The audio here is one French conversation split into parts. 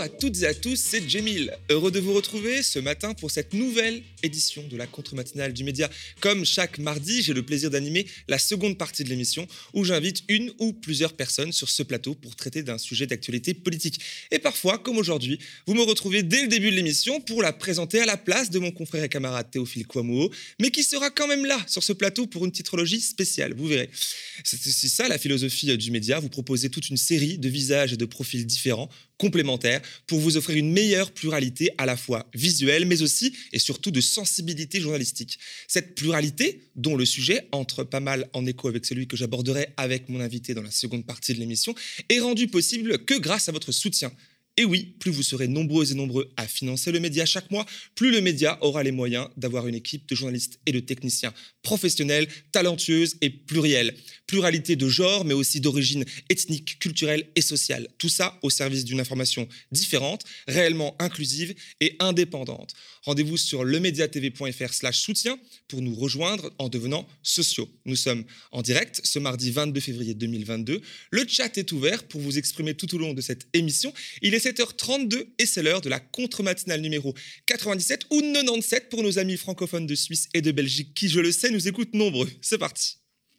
à toutes et à tous, c'est Djemil. Heureux de vous retrouver ce matin pour cette nouvelle édition de la contre-matinale du média. Comme chaque mardi, j'ai le plaisir d'animer la seconde partie de l'émission où j'invite une ou plusieurs personnes sur ce plateau pour traiter d'un sujet d'actualité politique. Et parfois, comme aujourd'hui, vous me retrouvez dès le début de l'émission pour la présenter à la place de mon confrère et camarade Théophile Kouamouo, mais qui sera quand même là sur ce plateau pour une titrologie spéciale, vous verrez. C'est ça la philosophie du média, vous proposez toute une série de visages et de profils différents, complémentaires, pour vous offrir une meilleure pluralité à la fois visuelle, mais aussi et surtout de sensibilité journalistique. Cette pluralité, dont le sujet entre pas mal en écho avec celui que j'aborderai avec mon invité dans la seconde partie de l'émission, est rendue possible que grâce à votre soutien. Et oui, plus vous serez nombreux et nombreux à financer le média chaque mois, plus le média aura les moyens d'avoir une équipe de journalistes et de techniciens professionnels, talentueuses et pluriels. Pluralité de genre, mais aussi d'origine ethnique, culturelle et sociale. Tout ça au service d'une information différente, réellement inclusive et indépendante. Rendez-vous sur lemediatv.fr/soutien pour nous rejoindre en devenant sociaux. Nous sommes en direct ce mardi 22 février 2022. Le chat est ouvert pour vous exprimer tout au long de cette émission. Il est 7h32 et c'est l'heure de la contre-matinale numéro 97 ou 97 pour nos amis francophones de Suisse et de Belgique qui, je le sais, nous écoutent nombreux. C'est parti.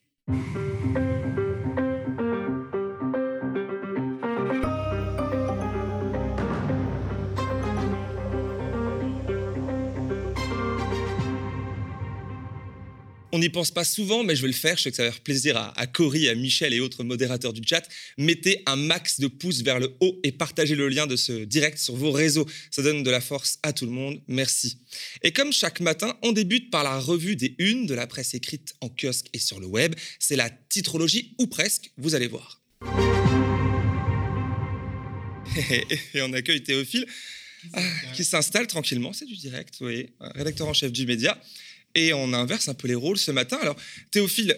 On n'y pense pas souvent, mais je vais le faire. Je sais que ça va faire plaisir à Cory, à Michel et autres modérateurs du chat. Mettez un max de pouces vers le haut et partagez le lien de ce direct sur vos réseaux. Ça donne de la force à tout le monde. Merci. Et comme chaque matin, on débute par la revue des unes de la presse écrite en kiosque et sur le web. C'est la titrologie, ou presque, vous allez voir. Et on accueille Théophile, qui s'installe tranquillement. C'est du direct, oui. Rédacteur en chef du média. Et on inverse un peu les rôles ce matin. Alors, Théophile,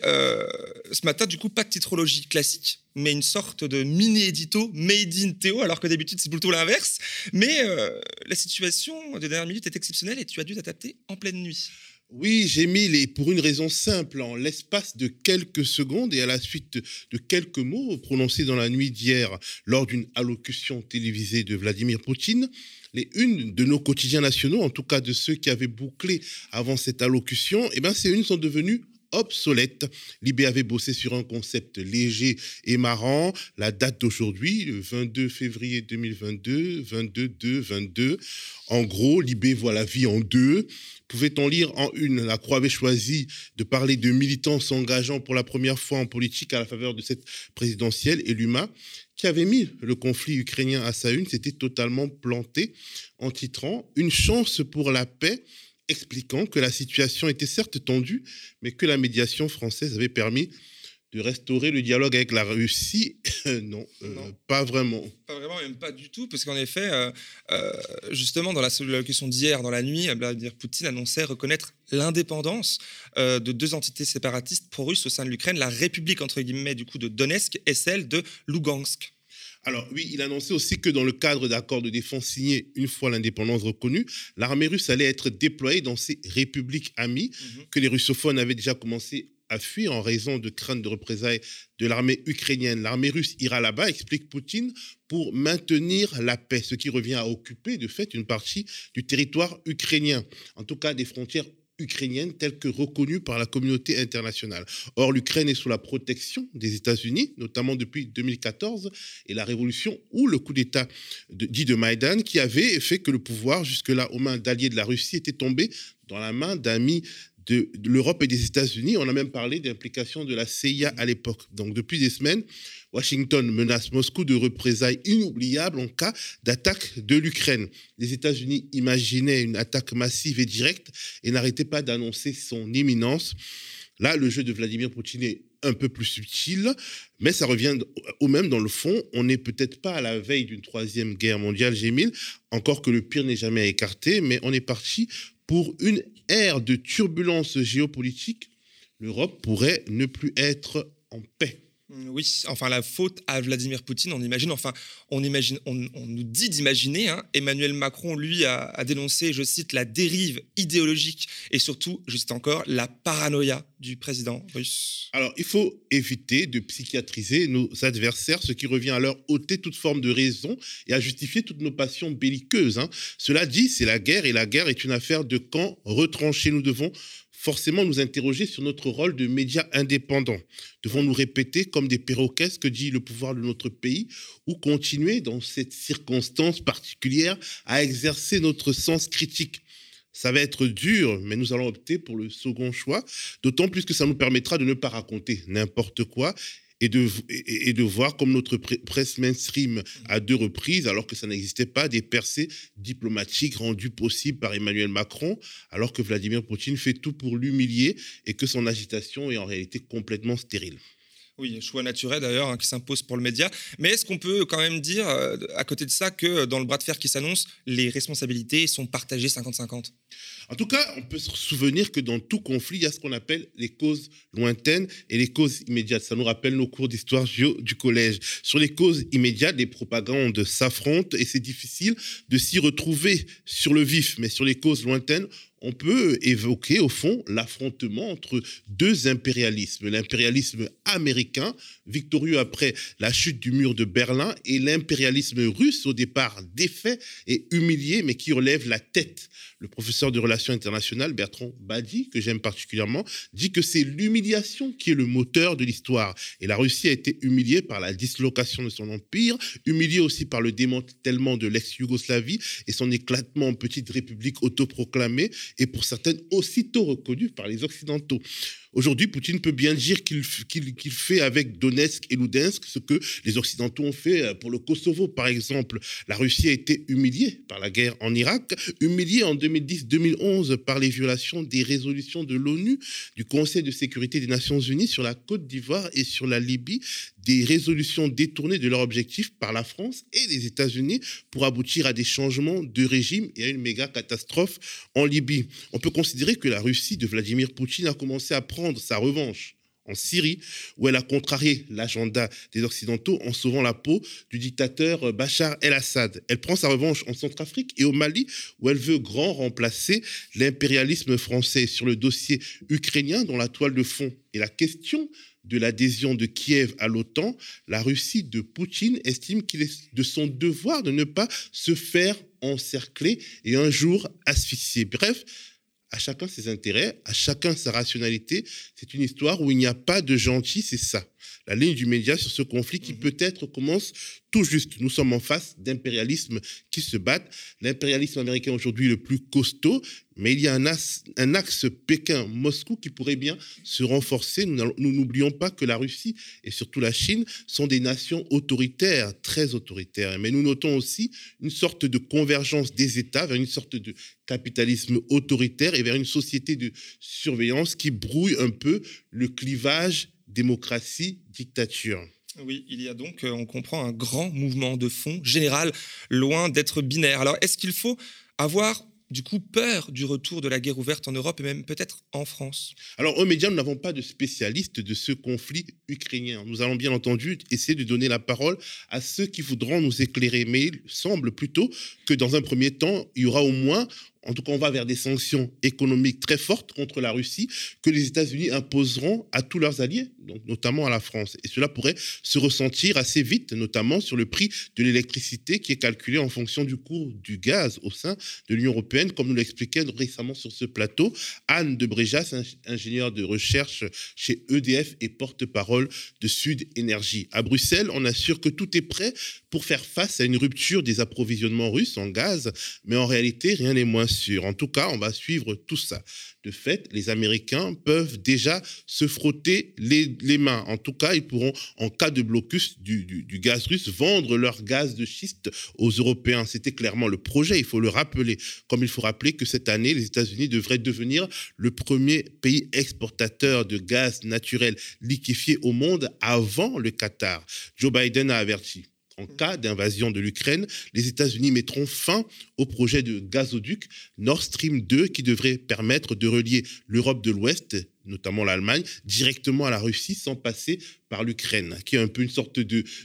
ce matin, du coup, pas de titrologie classique, mais une sorte de mini-édito made in Théo, alors que d'habitude, c'est plutôt l'inverse. Mais la situation des dernières minutes est exceptionnelle et tu as dû t'adapter en pleine nuit. Oui, j'ai mis les pour une raison simple, en l'espace de quelques secondes et à la suite de quelques mots prononcés dans la nuit d'hier lors d'une allocution télévisée de Vladimir Poutine. Les unes de nos quotidiens nationaux, en tout cas de ceux qui avaient bouclé avant cette allocution, ces unes sont devenues obsolète. Libé avait bossé sur un concept léger et marrant. La date d'aujourd'hui, le 22 février 2022, 22-2-22. En gros, Libé voit la vie en deux. Pouvait-on lire en une, la Croix avait choisi de parler de militants s'engageant pour la première fois en politique à la faveur de cette présidentielle, et l'UMA, qui avait mis le conflit ukrainien à sa une, s'était totalement planté en titrant « Une chance pour la paix », expliquant que la situation était certes tendue, mais que la médiation française avait permis de restaurer le dialogue avec la Russie. Non, pas vraiment. Pas vraiment, même pas du tout, parce qu'en effet, justement, dans l'allocution d'hier, dans la nuit, Vladimir Poutine annonçait reconnaître l'indépendance de deux entités séparatistes pro-russes au sein de l'Ukraine, la République, entre guillemets, du coup, de Donetsk et celle de Lugansk. Alors oui, il annonçait aussi que dans le cadre d'accords de défense signés une fois l'indépendance reconnue, l'armée russe allait être déployée dans ces républiques amies que les russophones avaient déjà commencé à fuir en raison de craintes de représailles de l'armée ukrainienne. L'armée russe ira là-bas, explique Poutine, pour maintenir la paix, ce qui revient à occuper de fait une partie du territoire ukrainien, en tout cas des frontières ukrainienne telle que reconnue par la communauté internationale. Or, l'Ukraine est sous la protection des États-Unis, notamment depuis 2014, et la révolution ou le coup d'État dit de Maïdan, qui avait fait que le pouvoir, jusque-là aux mains d'alliés de la Russie, était tombé dans la main d'amis de l'Europe et des États-Unis. On a même parlé d'implication de la CIA à l'époque. Donc, depuis des semaines, Washington menace Moscou de représailles inoubliables en cas d'attaque de l'Ukraine. Les États-Unis imaginaient une attaque massive et directe et n'arrêtaient pas d'annoncer son imminence. Là, le jeu de Vladimir Poutine est un peu plus subtil, mais ça revient au même dans le fond. On n'est peut-être pas à la veille d'une troisième guerre mondiale, Djemil, encore que le pire n'est jamais à écarter, mais on est parti pour une ère de turbulence géopolitique. L'Europe pourrait ne plus être en paix. Oui, enfin la faute à Vladimir Poutine, on nous dit d'imaginer. Emmanuel Macron, lui, a dénoncé, je cite, la dérive idéologique et surtout, je cite encore, la paranoïa du président russe. Alors, il faut éviter de psychiatriser nos adversaires, ce qui revient à leur ôter toute forme de raison et à justifier toutes nos passions belliqueuses. Cela dit, c'est la guerre et la guerre est une affaire de camp retranché. Nous devons forcément nous interroger sur notre rôle de médias indépendants. Devons-nous répéter comme des perroquets ce que dit le pouvoir de notre pays ou continuer dans cette circonstance particulière à exercer notre sens critique? Ça va être dur, mais nous allons opter pour le second choix, d'autant plus que ça nous permettra de ne pas raconter n'importe quoi et de voir comme notre presse mainstream à 2 reprises, alors que ça n'existait pas, des percées diplomatiques rendues possibles par Emmanuel Macron, alors que Vladimir Poutine fait tout pour l'humilier et que son agitation est en réalité complètement stérile. Oui, choix naturel d'ailleurs qui s'impose pour le média. Mais est-ce qu'on peut quand même dire, à côté de ça, que dans le bras de fer qui s'annonce, les responsabilités sont partagées 50-50 ? En tout cas, on peut se souvenir que dans tout conflit, il y a ce qu'on appelle les causes lointaines et les causes immédiates. Ça nous rappelle nos cours d'histoire géo du collège. Sur les causes immédiates, les propagandes s'affrontent et c'est difficile de s'y retrouver sur le vif. Mais sur les causes lointaines, on peut évoquer, au fond, l'affrontement entre 2 impérialismes. L'impérialisme américain, victorieux après la chute du mur de Berlin, et l'impérialisme russe, au départ défait et humilié, mais qui relève la tête. Le professeur de relations internationales, Bertrand Badi, que j'aime particulièrement, dit que c'est l'humiliation qui est le moteur de l'histoire. Et la Russie a été humiliée par la dislocation de son empire, humiliée aussi par le démantèlement de l'ex-Yougoslavie et son éclatement en petite république autoproclamée, et pour certaines aussitôt reconnues par les Occidentaux. Aujourd'hui, Poutine peut bien dire qu'il fait avec Donetsk et Luhansk ce que les Occidentaux ont fait pour le Kosovo, par exemple. La Russie a été humiliée par la guerre en Irak, humiliée en 2010-2011 par les violations des résolutions de l'ONU, du Conseil de sécurité des Nations Unies sur la Côte d'Ivoire et sur la Libye, des résolutions détournées de leur objectif par la France et les États-Unis pour aboutir à des changements de régime et à une méga catastrophe en Libye. On peut considérer que la Russie de Vladimir Poutine a commencé à prendre sa revanche en Syrie, où elle a contrarié l'agenda des Occidentaux en sauvant la peau du dictateur Bachar el-Assad. Elle prend sa revanche en Centrafrique et au Mali, où elle veut grand remplacer l'impérialisme français. Sur le dossier ukrainien, dont la toile de fond est la question de l'adhésion de Kiev à l'OTAN, la Russie de Poutine estime qu'il est de son devoir de ne pas se faire encercler et un jour asphyxier. Bref, à chacun ses intérêts, à chacun sa rationalité. C'est une histoire où il n'y a pas de gentil, c'est ça. La ligne du média sur ce conflit qui peut-être commence tout juste. Nous sommes en face d'impérialismes qui se battent. L'impérialisme américain aujourd'hui est le plus costaud, mais il y a un axe Pékin-Moscou qui pourrait bien se renforcer. Nous n'oublions pas que la Russie et surtout la Chine sont des nations autoritaires, très autoritaires. Mais nous notons aussi une sorte de convergence des États vers une sorte de capitalisme autoritaire et vers une société de surveillance qui brouille un peu le clivage démocratie-dictature. Oui, il y a donc, on comprend, un grand mouvement de fond général, loin d'être binaire. Alors, est-ce qu'il faut avoir, du coup, peur du retour de la guerre ouverte en Europe et même peut-être en France ? Alors, aux médias, nous n'avons pas de spécialistes de ce conflit ukrainien. Nous allons bien entendu essayer de donner la parole à ceux qui voudront nous éclairer. Mais il semble plutôt que dans un premier temps, il y aura au moins... En tout cas, on va vers des sanctions économiques très fortes contre la Russie que les États-Unis imposeront à tous leurs alliés, donc notamment à la France. Et cela pourrait se ressentir assez vite, notamment sur le prix de l'électricité qui est calculé en fonction du cours du gaz au sein de l'Union européenne, comme nous l'expliquait récemment sur ce plateau Anne de Bréjas, ingénieure de recherche chez EDF et porte-parole de Sud Énergie. À Bruxelles, on assure que tout est prêt pour faire face à une rupture des approvisionnements russes en gaz, mais en réalité, rien n'est moins sûr. En tout cas, on va suivre tout ça. De fait, les Américains peuvent déjà se frotter les mains. En tout cas, ils pourront, en cas de blocus du gaz russe, vendre leur gaz de schiste aux Européens. C'était clairement le projet, il faut le rappeler. Comme il faut rappeler que cette année, les États-Unis devraient devenir le premier pays exportateur de gaz naturel liquéfié au monde avant le Qatar. Joe Biden a averti. En cas d'invasion de l'Ukraine, les États-Unis mettront fin au projet de gazoduc Nord Stream 2 qui devrait permettre de relier l'Europe de l'Ouest, notamment l'Allemagne, directement à la Russie sans passer par l'Ukraine, qui est un peu une sorte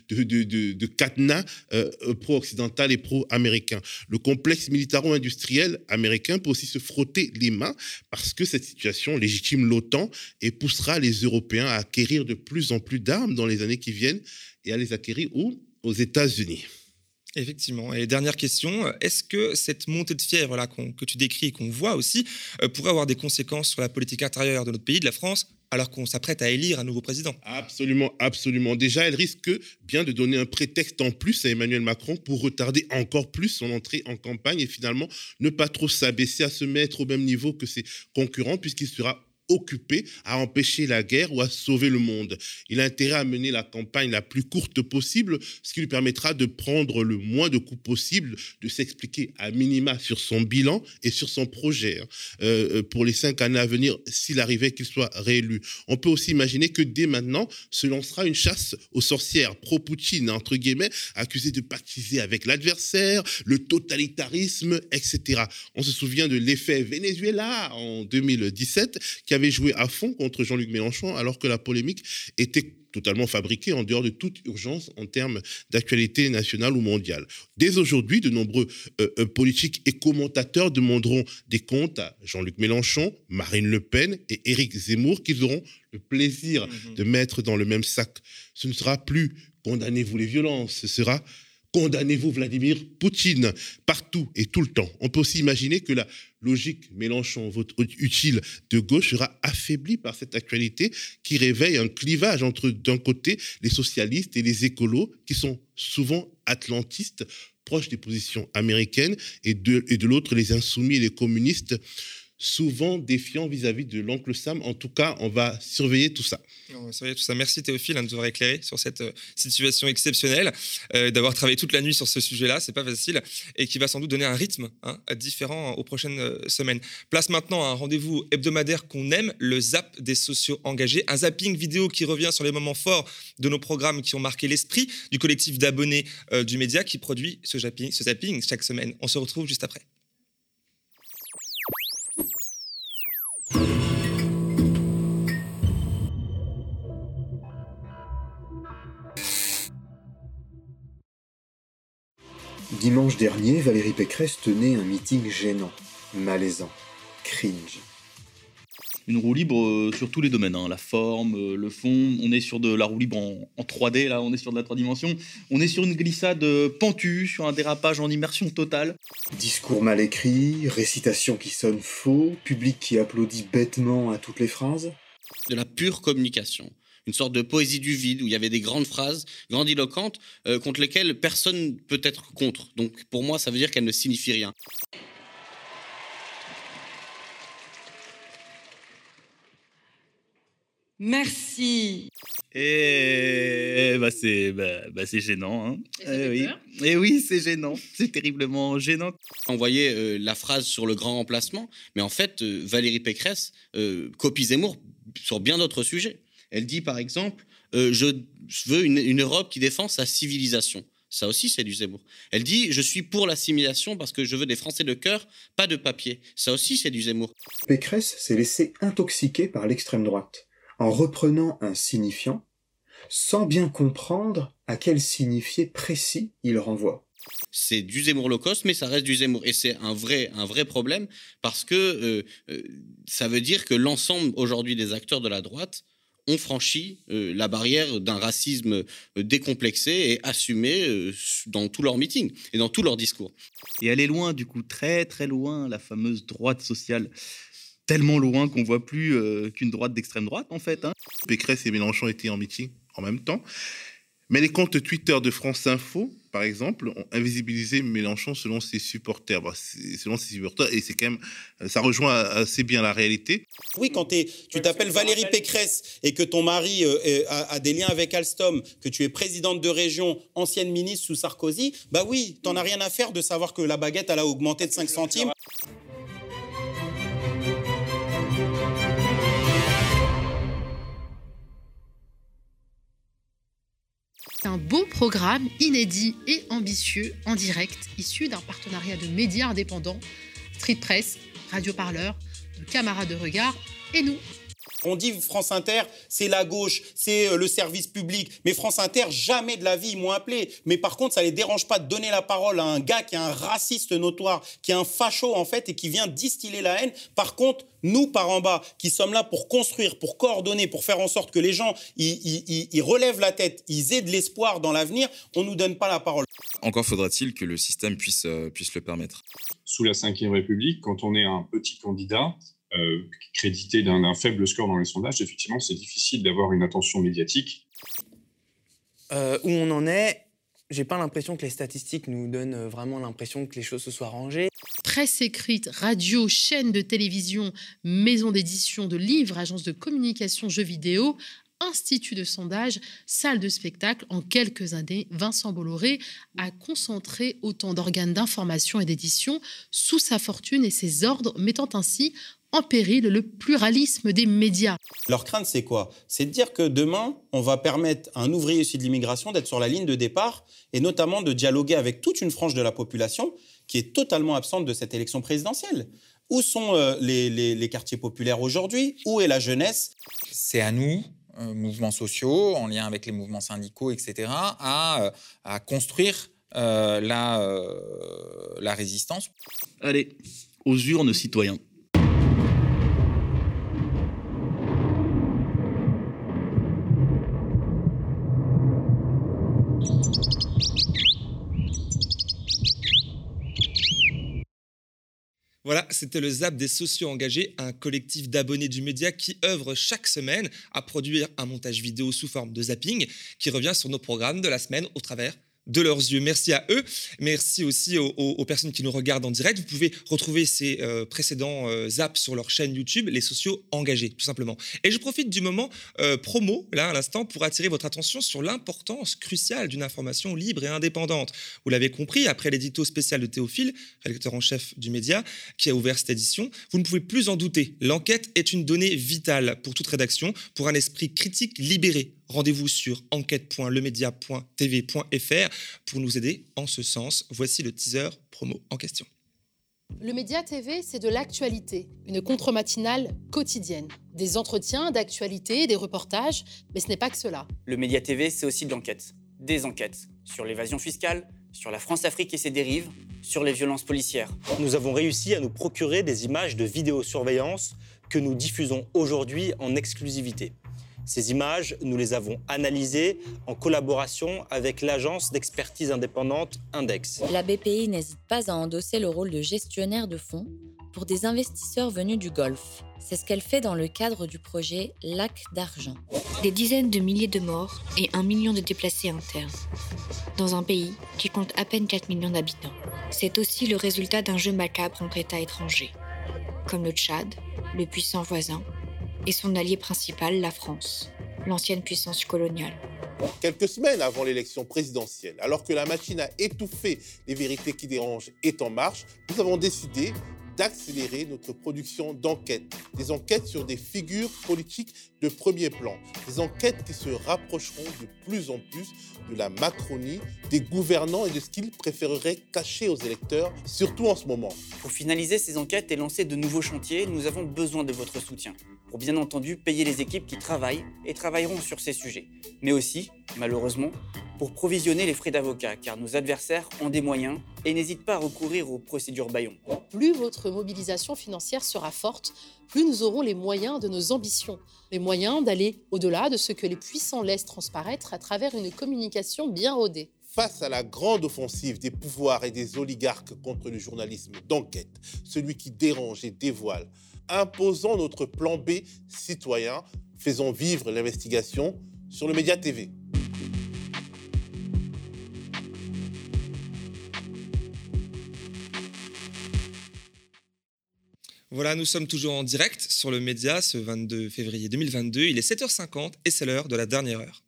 de cadenas pro-occidental et pro-américain. Le complexe militaro-industriel américain peut aussi se frotter les mains parce que cette situation légitime l'OTAN et poussera les Européens à acquérir de plus en plus d'armes dans les années qui viennent et à les acquérir où ? Aux États-Unis. Effectivement. Et dernière question, est-ce que cette montée de fièvre là que tu décris et qu'on voit aussi pourrait avoir des conséquences sur la politique intérieure de notre pays, de la France, alors qu'on s'apprête à élire un nouveau président ? Absolument, absolument. Déjà, elle risque bien de donner un prétexte en plus à Emmanuel Macron pour retarder encore plus son entrée en campagne et finalement ne pas trop s'abaisser à se mettre au même niveau que ses concurrents puisqu'il sera occupé à empêcher la guerre ou à sauver le monde. Il a intérêt à mener la campagne la plus courte possible, ce qui lui permettra de prendre le moins de coups possible, de s'expliquer à minima sur son bilan et sur son projet pour les 5 années à venir, s'il arrivait qu'il soit réélu. On peut aussi imaginer que dès maintenant se lancera une chasse aux sorcières pro-Poutine, entre guillemets, accusées de pactiser avec l'adversaire, le totalitarisme, etc. On se souvient de l'effet Venezuela en 2017, qui avait joué à fond contre Jean-Luc Mélenchon alors que la polémique était totalement fabriquée en dehors de toute urgence en termes d'actualité nationale ou mondiale. Dès aujourd'hui, de nombreux politiques et commentateurs demanderont des comptes à Jean-Luc Mélenchon, Marine Le Pen et Éric Zemmour qu'ils auront le plaisir de mettre dans le même sac. Ce ne sera plus « condamnez-vous les violences », ce sera « condamnez-vous Vladimir Poutine » partout et tout le temps. On peut aussi imaginer que la logique Mélenchon vote utile de gauche sera affaiblie par cette actualité qui réveille un clivage entre, d'un côté, les socialistes et les écolos qui sont souvent atlantistes, proches des positions américaines, et de l'autre, les insoumis et les communistes, souvent défiants vis-à-vis de l'oncle Sam. En tout cas, on va surveiller tout ça. On va surveiller tout ça. Merci Théophile de nous avoir éclairé sur cette situation exceptionnelle, d'avoir travaillé toute la nuit sur ce sujet-là, c'est pas facile, et qui va sans doute donner un rythme différent aux prochaines semaines. Place maintenant à un rendez-vous hebdomadaire qu'on aime, le Zap des sociaux engagés, un zapping vidéo qui revient sur les moments forts de nos programmes qui ont marqué l'esprit du collectif d'abonnés du média qui produit ce zapping chaque semaine. On se retrouve juste après. Dimanche dernier, Valérie Pécresse tenait un meeting gênant, malaisant, cringe. Une roue libre sur tous les domaines, la forme, le fond. On est sur de la roue libre en 3D, là, on est sur de la 3 dimensions. On est sur une glissade pentue, sur un dérapage en immersion totale. Discours mal écrit, récitation qui sonne faux, public qui applaudit bêtement à toutes les phrases. De la pure communication. Une sorte de poésie du vide où il y avait des grandes phrases grandiloquentes contre lesquelles personne ne peut être contre. Donc pour moi, ça veut dire qu'elles ne signifient rien. Merci. Et c'est gênant. Et oui, c'est gênant. C'est terriblement gênant. On voyait la phrase sur le grand remplacement, mais en fait, Valérie Pécresse copie Zemmour sur bien d'autres sujets. Elle dit par exemple je veux une Europe qui défend sa civilisation. Ça aussi, c'est du Zemmour. Elle dit je suis pour l'assimilation parce que je veux des Français de cœur, pas de papier. Ça aussi, c'est du Zemmour. Pécresse s'est laissée intoxiquer par l'extrême droite, en reprenant un signifiant, sans bien comprendre à quel signifié précis il renvoie. C'est du Zemmour low cost, mais ça reste du Zemmour. Et c'est un vrai problème parce que ça veut dire que l'ensemble aujourd'hui des acteurs de la droite ont franchi la barrière d'un racisme décomplexé et assumé dans tous leurs meetings et dans tous leurs discours. Et elle est loin, du coup, très très loin, la fameuse droite sociale. Tellement loin qu'on voit plus qu'une droite d'extrême droite, en fait. Pécresse et Mélenchon étaient en meeting en même temps. Mais les comptes Twitter de France Info, par exemple, ont invisibilisé Mélenchon selon ses supporters. Et c'est quand même, ça rejoint assez bien la réalité. Oui, quand tu t'appelles Valérie Pécresse et que ton mari a des liens avec Alstom, que tu es présidente de région, ancienne ministre sous Sarkozy, bah oui, t'en as rien à faire de savoir que la baguette, elle a augmenté de 5 centimes. Un bon programme inédit et ambitieux en direct, issu d'un partenariat de médias indépendants, Street Press, Radio Parleur, de Camarades de Regard et nous. On dit France Inter, c'est la gauche, c'est le service public. Mais France Inter, jamais de la vie, ils m'ont appelé. Mais par contre, ça ne les dérange pas de donner la parole à un gars qui est un raciste notoire, qui est un facho en fait et qui vient distiller la haine. Par contre, nous, par en bas, qui sommes là pour construire, pour coordonner, pour faire en sorte que les gens ils relèvent la tête, ils aient de l'espoir dans l'avenir, on ne nous donne pas la parole. Encore faudra-t-il que le système puisse le permettre. Sous la Ve République, quand on est un petit candidat, crédité d'un faible score dans les sondages, effectivement, c'est difficile d'avoir une attention médiatique. Où on en est, j'ai pas l'impression que les statistiques nous donnent vraiment l'impression que les choses se soient rangées. Presse écrite, radio, chaîne de télévision, maison d'édition de livres, agence de communication, jeux vidéo, institut de sondage, salle de spectacle. En quelques années, Vincent Bolloré a concentré autant d'organes d'information et d'édition sous sa fortune et ses ordres, mettant ainsi en péril le pluralisme des médias. Leur crainte, c'est quoi? C'est de dire que demain, on va permettre à un ouvrier issu de l'immigration d'être sur la ligne de départ et notamment de dialoguer avec toute une frange de la population qui est totalement absente de cette élection présidentielle. Où sont les quartiers populaires aujourd'hui? Où est la jeunesse? C'est à nous, mouvements sociaux, en lien avec les mouvements syndicaux, etc., à construire la résistance. Allez, aux urnes, citoyens. Voilà, c'était le Zap des sociaux engagés, un collectif d'abonnés du média qui œuvre chaque semaine à produire un montage vidéo sous forme de zapping qui revient sur nos programmes de la semaine au travers de leurs yeux. Merci à eux. Merci aussi aux personnes qui nous regardent en direct. Vous pouvez retrouver ces précédents zaps sur leur chaîne YouTube, les sociaux engagés, tout simplement. Et je profite du moment promo, là, à l'instant, pour attirer votre attention sur l'importance cruciale d'une information libre et indépendante. Vous l'avez compris, après l'édito spécial de Théophile, rédacteur en chef du média, qui a ouvert cette édition, vous ne pouvez plus en douter. L'enquête est une donnée vitale pour toute rédaction, pour un esprit critique libéré. Rendez-vous sur enquête.lemedia.tv.fr pour nous aider en ce sens. Voici le teaser promo en question. Le Média TV, c'est de l'actualité, une contre-matinale quotidienne. Des entretiens, d'actualité, des reportages, mais ce n'est pas que cela. Le Média TV, c'est aussi de l'enquête. Des enquêtes sur l'évasion fiscale, sur la France-Afrique et ses dérives, sur les violences policières. Nous avons réussi à nous procurer des images de vidéosurveillance que nous diffusons aujourd'hui en exclusivité. Ces images, nous les avons analysées en collaboration avec l'agence d'expertise indépendante Index. La BPI n'hésite pas à endosser le rôle de gestionnaire de fonds pour des investisseurs venus du Golfe. C'est ce qu'elle fait dans le cadre du projet Lac d'Argent. Des dizaines de milliers de morts et 1 million de déplacés internes. Dans un pays qui compte à peine 4 millions d'habitants. C'est aussi le résultat d'un jeu macabre entre États étrangers, comme le Tchad, le puissant voisin, et son allié principal, la France, l'ancienne puissance coloniale. Quelques semaines avant l'élection présidentielle, alors que la machine à étouffer les vérités qui dérangent est en marche, nous avons décidé d'accélérer notre production d'enquêtes. Des enquêtes sur des figures politiques de premier plan. Des enquêtes qui se rapprocheront de plus en plus de la Macronie, des gouvernants et de ce qu'ils préféreraient cacher aux électeurs, surtout en ce moment. Pour finaliser ces enquêtes et lancer de nouveaux chantiers, nous avons besoin de votre soutien. Pour bien entendu payer les équipes qui travaillent et travailleront sur ces sujets. Mais aussi, malheureusement, pour provisionner les frais d'avocat, car nos adversaires ont des moyens et n'hésitent pas à recourir aux procédures bâillons. Plus votre mobilisation financière sera forte, plus nous aurons les moyens de nos ambitions. Les moyens d'aller au-delà de ce que les puissants laissent transparaître à travers une communication bien rodée. Face à la grande offensive des pouvoirs et des oligarques contre le journalisme d'enquête, celui qui dérange et dévoile, imposons notre plan B citoyen, faisons vivre l'investigation sur le Média TV. Voilà, nous sommes toujours en direct sur le Média ce 22 février 2022. Il est 7h50 et c'est l'heure de la dernière heure.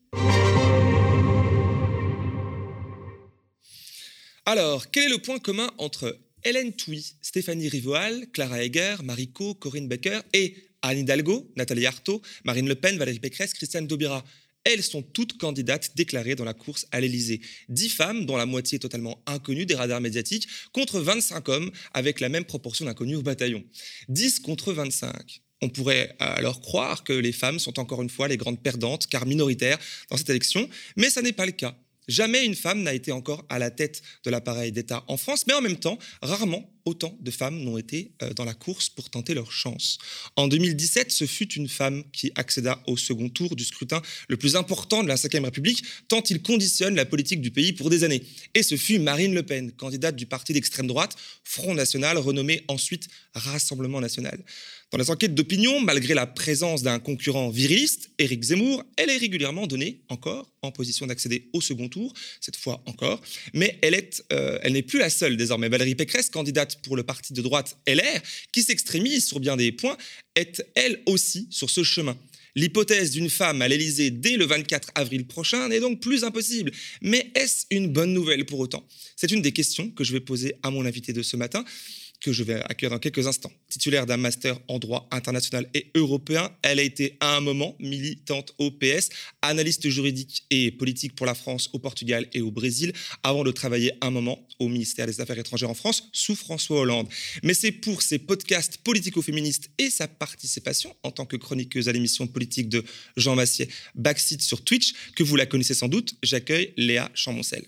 Alors, quel est le point commun entre Hélène Touy, Stéphanie Rivoal, Clara Egger, Mariko, Corinne Becker et Anne Hidalgo, Nathalie Arthaud, Marine Le Pen, Valérie Pécresse, Christiane Taubira? elles sont toutes candidates déclarées dans la course à l'Élysée. 10 femmes, dont la moitié est totalement inconnue des radars médiatiques, contre 25 hommes, avec la même proportion d'inconnus au bataillon. 10 contre 25. On pourrait alors croire que les femmes sont encore une fois les grandes perdantes, car minoritaires dans cette élection, mais ça n'est pas le cas. Jamais une femme n'a été encore à la tête de l'appareil d'État en France, mais en même temps, rarement autant de femmes n'ont été dans la course pour tenter leur chance. En 2017, ce fut une femme qui accéda au second tour du scrutin le plus important de la Ve République, tant il conditionne la politique du pays pour des années. Et ce fut Marine Le Pen, candidate du parti d'extrême droite, Front National, renommé ensuite Rassemblement National. Dans les enquêtes d'opinion, malgré la présence d'un concurrent viriliste, Éric Zemmour, elle est régulièrement donnée, encore, en position d'accéder au second tour, cette fois encore. Mais elle n'est plus la seule désormais. Valérie Pécresse, candidate pour le parti de droite LR, qui s'extrémise sur bien des points, est elle aussi sur ce chemin. L'hypothèse d'une femme à l'Élysée dès le 24 avril prochain n'est donc plus impossible. Mais est-ce une bonne nouvelle pour autant ? C'est une des questions que je vais poser à mon invité de ce matin, que je vais accueillir dans quelques instants. Titulaire d'un master en droit international et européen, elle a été à un moment militante au PS, analyste juridique et politique pour la France, au Portugal et au Brésil, avant de travailler un moment au ministère des Affaires étrangères en France, sous François Hollande. Mais c'est pour ses podcasts politico-féministes et sa participation en tant que chroniqueuse à l'émission politique de Jean Massier, Backseat sur Twitch, que vous la connaissez sans doute. J'accueille Léa Chamoncel.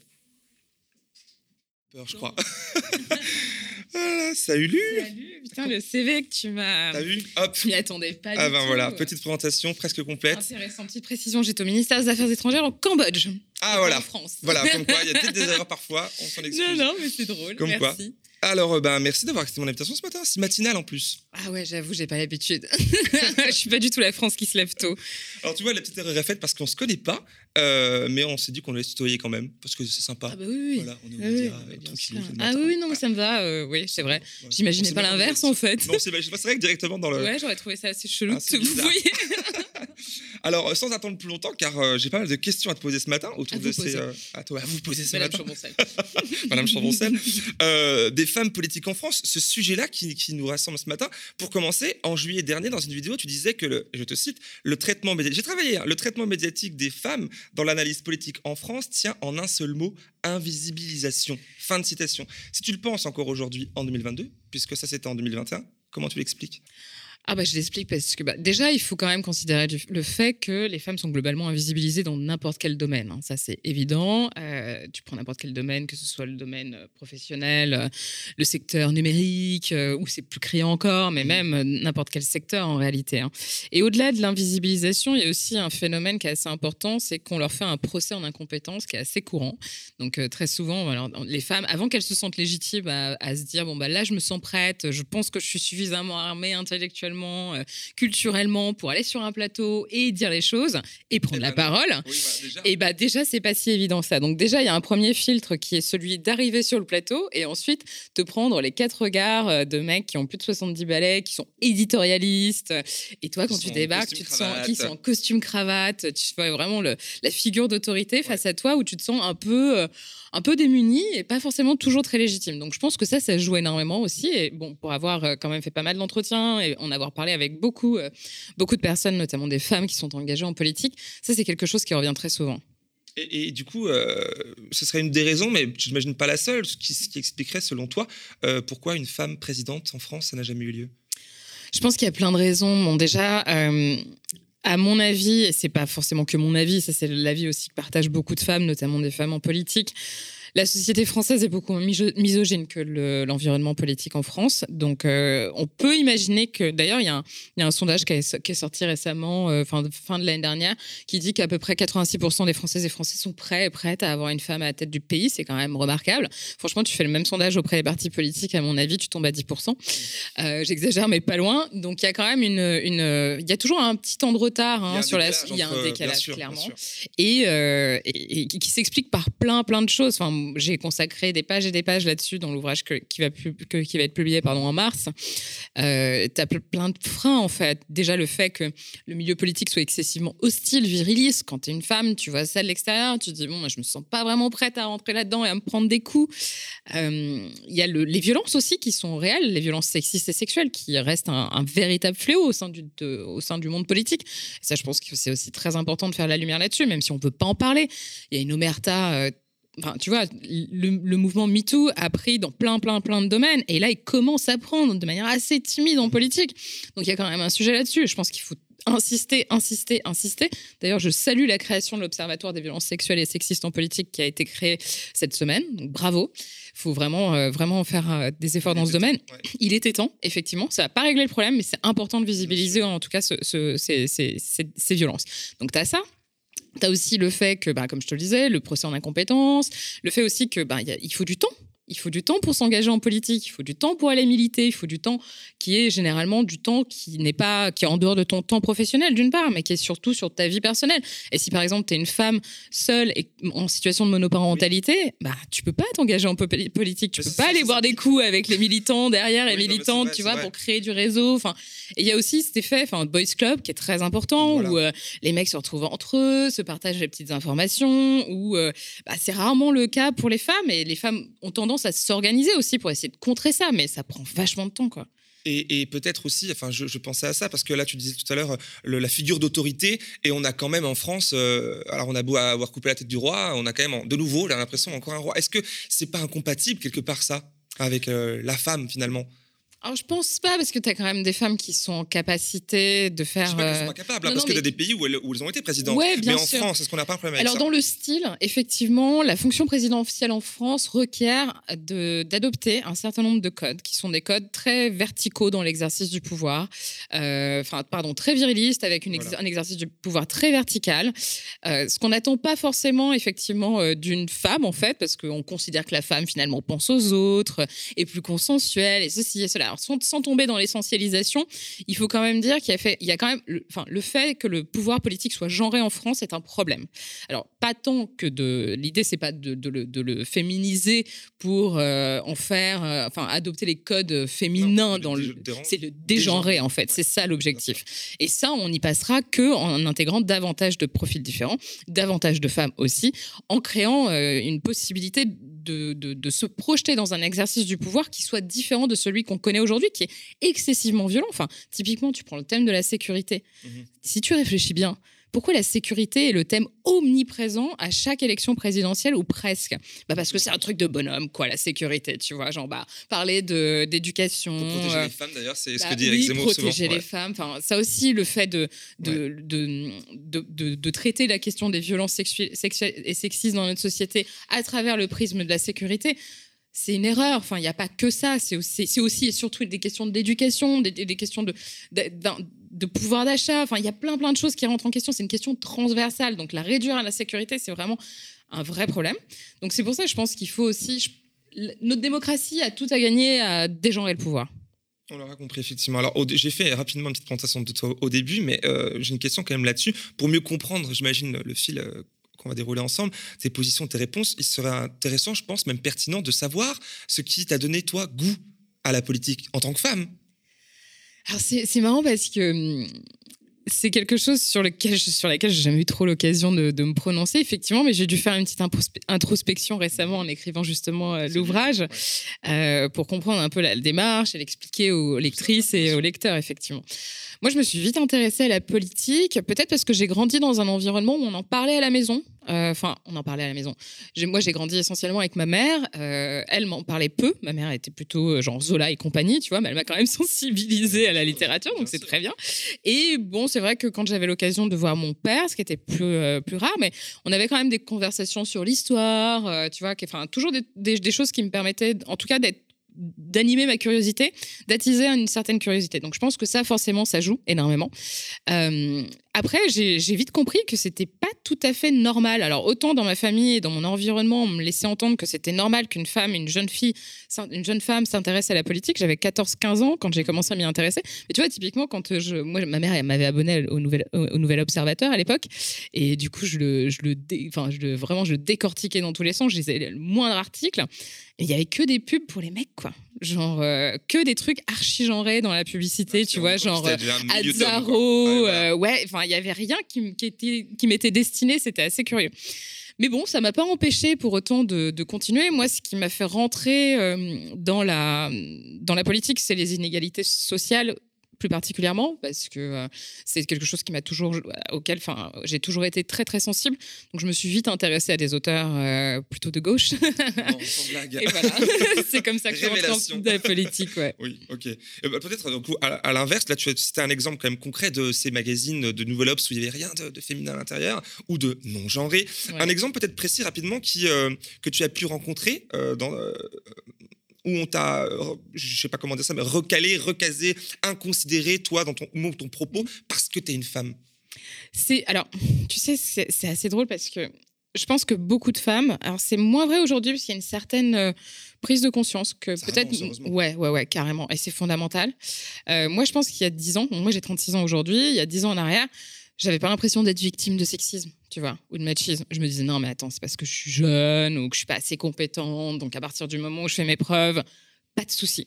Je crois. Voilà, salut. Salut, putain, le CV que tu m'as... T'as vu ? Hop. Je m'y attendais pas du tout. Ah ben voilà, petite présentation presque complète. Intéressant, petite précision, j'étais au ministère des Affaires étrangères au Cambodge. Ah voilà. En France. Voilà, comme quoi, il y a peut-être des erreurs parfois, on s'en excuse. Non, mais c'est drôle, comme merci. Quoi. Alors, merci d'avoir accepté mon invitation ce matin, si matinale en plus. Ah ouais, j'avoue, j'ai pas l'habitude. Je suis pas du tout la France qui se lève tôt. Alors tu vois, la petite erreur est faite parce qu'on se connaît pas, mais on s'est dit qu'on allait se tutoyer quand même, parce que c'est sympa. Ah bah oui. Voilà, on est tranquille. Ah oui, non, mais ça me va, oui, c'est vrai. Ouais. J'imaginais pas l'inverse en fait. Non, c'est vrai que directement dans le... Ouais, j'aurais trouvé ça assez chelou de te bouiller. Alors, sans attendre plus longtemps, car j'ai pas mal de questions à te poser ce matin autour de ces... à vous poser ce matin. Madame Chamoncel. Des femmes politiques en France, ce sujet-là qui nous rassemble ce matin. Pour commencer, en juillet dernier, dans une vidéo, tu disais que, je te cite, le traitement médiatique... J'ai travaillé, le traitement médiatique des femmes dans l'analyse politique en France tient en un seul mot, invisibilisation. Fin de citation. Si tu le penses encore aujourd'hui, en 2022, puisque ça c'était en 2021, comment tu l'expliques ? Ah bah je l'explique parce que déjà il faut quand même considérer le fait que les femmes sont globalement invisibilisées dans n'importe quel domaine, hein. Ça c'est évident. Tu prends n'importe quel domaine, que ce soit le domaine professionnel, le secteur numérique, ou c'est plus criant encore, mais même n'importe quel secteur en réalité, hein. Et au-delà de l'invisibilisation, il y a aussi un phénomène qui est assez important, c'est qu'on leur fait un procès en incompétence qui est assez courant. Donc très souvent, alors, les femmes, avant qu'elles se sentent légitimes à se dire là je me sens prête, je pense que je suis suffisamment armée intellectuellement, culturellement pour aller sur un plateau et dire les choses et prendre la parole, et déjà c'est pas si évident ça. Donc déjà il y a un premier filtre qui est celui d'arriver sur le plateau et ensuite te prendre les 4 regards de mecs qui ont plus de 70 balais, qui sont éditorialistes, et toi quand tu débarques tu te sens, qui sont en costume cravate, tu vois vraiment la figure d'autorité face à toi, où tu te sens un peu démuni et pas forcément toujours très légitime. Donc je pense que ça joue énormément aussi. Et bon, pour avoir quand même fait pas mal d'entretiens et en avoir parlé avec beaucoup de personnes, notamment des femmes qui sont engagées en politique, ça c'est quelque chose qui revient très souvent. Et du coup, ce serait une des raisons, mais je n'imagine pas la seule, ce qui expliquerait selon toi pourquoi une femme présidente en France, ça n'a jamais eu lieu. Je pense qu'il y a plein de raisons. Bon, déjà... à mon avis, et c'est pas forcément que mon avis, ça c'est l'avis aussi que partagent beaucoup de femmes, notamment des femmes en politique, la société française est beaucoup moins misogyne que l'environnement politique en France. Donc, on peut imaginer que... D'ailleurs, il y a un sondage qui est sorti récemment, fin de l'année dernière, qui dit qu'à peu près 86% des Françaises et Français sont prêtes à avoir une femme à la tête du pays. C'est quand même remarquable. Franchement, tu fais le même sondage auprès des partis politiques, à mon avis, tu tombes à 10%. J'exagère, mais pas loin. Donc, il y a quand même il y a toujours un petit temps de retard il y a un décalage, clairement. Et qui s'explique par plein de choses. Enfin, j'ai consacré des pages et des pages là-dessus dans l'ouvrage qui va être publié en mars. Tu as plein de freins, en fait. Déjà, le fait que le milieu politique soit excessivement hostile, viriliste. Quand tu es une femme, tu vois ça de l'extérieur, tu te dis, bon, moi, je me sens pas vraiment prête à rentrer là-dedans et à me prendre des coups. Il y a les violences aussi qui sont réelles, les violences sexistes et sexuelles qui restent un véritable fléau au sein du monde politique. Et ça, je pense que c'est aussi très important de faire la lumière là-dessus, même si on ne veut pas en parler. Il y a une omerta... tu vois, le mouvement MeToo a pris dans plein de domaines. Et là, il commence à prendre de manière assez timide en politique. Donc, il y a quand même un sujet là-dessus. Je pense qu'il faut insister. D'ailleurs, je salue la création de l'Observatoire des violences sexuelles et sexistes en politique qui a été créé cette semaine. Donc, bravo. Il faut vraiment faire des efforts dans ce domaine. Ouais. Il était temps, effectivement. Ça ne va pas régler le problème, mais c'est important de visibiliser, en tout cas, ces violences. Donc, tu as ça. Tu as aussi le fait que, comme je te le disais, le procès en incompétence, le fait aussi que il faut du temps. Il faut du temps pour s'engager en politique, il faut du temps pour aller militer, il faut du temps qui est généralement du temps qui est en dehors de ton temps professionnel d'une part, mais qui est surtout sur ta vie personnelle. Et si par exemple tu es une femme seule et en situation de monoparentalité, tu peux pas t'engager en politique, tu peux pas aller boire des coups avec les militants derrière et militantes, tu vois, pour créer du réseau. Enfin, et il y a aussi cet effet, Boys Club qui est très important, où les mecs se retrouvent entre eux, se partagent les petites informations, où c'est rarement le cas pour les femmes, et les femmes ont tendance à s'organiser aussi pour essayer de contrer ça, mais ça prend vachement de temps, quoi. Et peut-être aussi, je pensais à ça, parce que là, tu disais tout à l'heure la figure d'autorité, et on a quand même en France, alors on a beau avoir coupé la tête du roi, on a quand même de nouveau, j'ai l'impression, encore un roi. Est-ce que c'est pas incompatible quelque part ça, avec la femme finalement ? Alors, je pense pas, parce que tu as quand même des femmes qui sont en capacité de faire... Je sais pas qu'elles sont pas capables, parce qu'il y a des pays où elles ont été présidentes. Ouais, mais en sûr. France, est-ce qu'on n'a pas un problème avec ça ? Alors, dans le style, effectivement, la fonction présidentielle en France requiert d'adopter un certain nombre de codes, qui sont des codes très verticaux dans l'exercice du pouvoir, très virilistes, avec un exercice du pouvoir très vertical. Ce qu'on n'attend pas forcément, effectivement, d'une femme, en fait, parce qu'on considère que la femme, finalement, pense aux autres, est plus consensuelle, et ceci et cela. Alors, sans tomber dans l'essentialisation, il faut quand même dire qu'il y a quand même le fait que le pouvoir politique soit genré en France est un problème. Alors, pas tant que l'idée, c'est pas de le féminiser pour en faire, adopter les codes féminins c'est le dégenrer, en fait. C'est ça l'objectif. Et ça, on n'y passera qu'en intégrant davantage de profils différents, davantage de femmes aussi, en créant une possibilité de se projeter dans un exercice du pouvoir qui soit différent de celui qu'on connaît aujourd'hui, qui est excessivement violent. Typiquement, tu prends le thème de la sécurité. Si tu réfléchis bien, pourquoi la sécurité est le thème omniprésent à chaque élection présidentielle ou presque ? Parce que c'est un truc de bonhomme, quoi, la sécurité, tu vois, parler d'éducation. Pour protéger les femmes, d'ailleurs, c'est ce que dit Éric Zemmour souvent. Protéger les femmes, ça aussi, le fait de traiter la question des violences sexuelles et sexistes dans notre société à travers le prisme de la sécurité, c'est une erreur. Il n'y a pas que ça. C'est aussi et surtout des questions d'éducation, des questions de pouvoir d'achat. Il y a plein de choses qui rentrent en question. C'est une question transversale. Donc, la réduire à la sécurité, c'est vraiment un vrai problème. Donc, c'est pour ça que je pense qu'il faut aussi... Notre démocratie a tout à gagner à dégenrer le pouvoir. On l'aura compris, effectivement. Alors, j'ai fait rapidement une petite présentation de toi au début, mais j'ai une question quand même là-dessus. Pour mieux comprendre, j'imagine, le fil... qu'on va dérouler ensemble, tes positions, tes réponses, il serait intéressant, je pense, même pertinent de savoir ce qui t'a donné, toi, goût à la politique en tant que femme. Alors, c'est marrant parce que c'est quelque chose sur laquelle j'ai jamais eu trop l'occasion de me prononcer, effectivement, mais j'ai dû faire une petite introspection récemment en écrivant justement l'ouvrage pour comprendre un peu la démarche et l'expliquer aux lectrices et aux lecteurs, effectivement. Moi, je me suis vite intéressée à la politique, peut-être parce que j'ai grandi dans un environnement où on en parlait à la maison. On en parlait à la maison. Moi, j'ai grandi essentiellement avec ma mère. Elle m'en parlait peu. Ma mère était plutôt genre Zola et compagnie, tu vois, mais elle m'a quand même sensibilisée à la littérature, donc c'est très bien. Et bon, c'est vrai que quand j'avais l'occasion de voir mon père, ce qui était plus rare, mais on avait quand même des conversations sur l'histoire, tu vois, toujours des choses qui me permettaient, en tout cas, d'animer ma curiosité, d'attiser une certaine curiosité. Donc, je pense que ça, forcément, ça joue énormément. après, j'ai vite compris que c'était pas tout à fait normal. Alors, autant dans ma famille et dans mon environnement, on me laissait entendre que c'était normal qu'une femme, une jeune femme s'intéresse à la politique. J'avais 14-15 ans quand j'ai commencé à m'y intéresser. Mais tu vois, typiquement, moi, ma mère elle m'avait abonné au Nouvel Observateur à l'époque. Et du coup, je le décortiquais dans tous les sens. Je lisais le moindre article. Et il y avait que des pubs pour les mecs, quoi. Genre, que des trucs archi-genrés dans la publicité, tu vois, genre Azzaro, il y avait rien qui m'était destiné, c'était assez curieux. Mais bon, ça m'a pas empêché pour autant de continuer. Moi, ce qui m'a fait rentrer dans la politique, c'est les inégalités sociales, plus particulièrement, parce que c'est quelque chose auquel j'ai toujours été très très sensible. Donc je me suis vite intéressée à des auteurs plutôt de gauche. Non, sans blague. Et voilà, c'est comme ça que je rentre dans la politique. Ouais. Oui, ok. Peut-être donc, à l'inverse, là tu as cité un exemple quand même concret de ces magazines de Nouvel Obs où il n'y avait rien de féminin à l'intérieur ou de non-genré. Ouais. Un exemple peut-être précis rapidement que tu as pu rencontrer où on t'a, je sais pas comment dire ça, mais recasé, inconsidéré, toi, dans ton propos, parce que t'es une femme. Alors, tu sais, c'est assez drôle parce que je pense que beaucoup de femmes, alors c'est moins vrai aujourd'hui parce qu'il y a une certaine prise de conscience que ça peut-être... Ouais, carrément, et c'est fondamental. Moi, je pense qu'il y a 10 ans, moi j'ai 36 ans aujourd'hui, il y a 10 ans en arrière, j'avais pas l'impression d'être victime de sexisme, tu vois, ou de machisme. Je me disais, non, mais attends, c'est parce que je suis jeune ou que je suis pas assez compétente. Donc, à partir du moment où je fais mes preuves, pas de souci.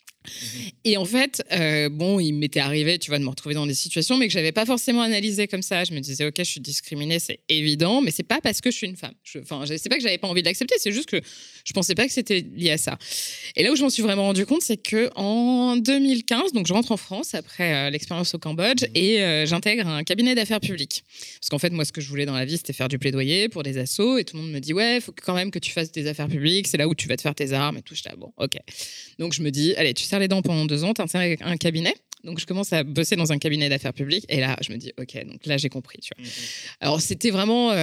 Et en fait, il m'était arrivé, tu vois, de me retrouver dans des situations, mais que j'avais pas forcément analysé comme ça. Je me disais, ok, je suis discriminée, c'est évident, mais c'est pas parce que je suis une femme. C'est pas que j'avais pas envie de l'accepter, c'est juste que je pensais pas que c'était lié à ça. Et là où je m'en suis vraiment rendu compte, c'est que en 2015, donc je rentre en France après l'expérience au Cambodge et j'intègre un cabinet d'affaires publiques. Parce qu'en fait, moi, ce que je voulais dans la vie, c'était faire du plaidoyer pour des assos, et tout le monde me dit, ouais, faut quand même que tu fasses des affaires publiques, c'est là où tu vas te faire tes armes et tout. J'étais bon, ok. Donc je me dis, allez, tu serres les dents pendant 2 ans, tu intègres un cabinet. Donc, je commence à bosser dans un cabinet d'affaires publiques. Et là, je me dis, OK, donc là, j'ai compris. Tu vois. Alors, c'était vraiment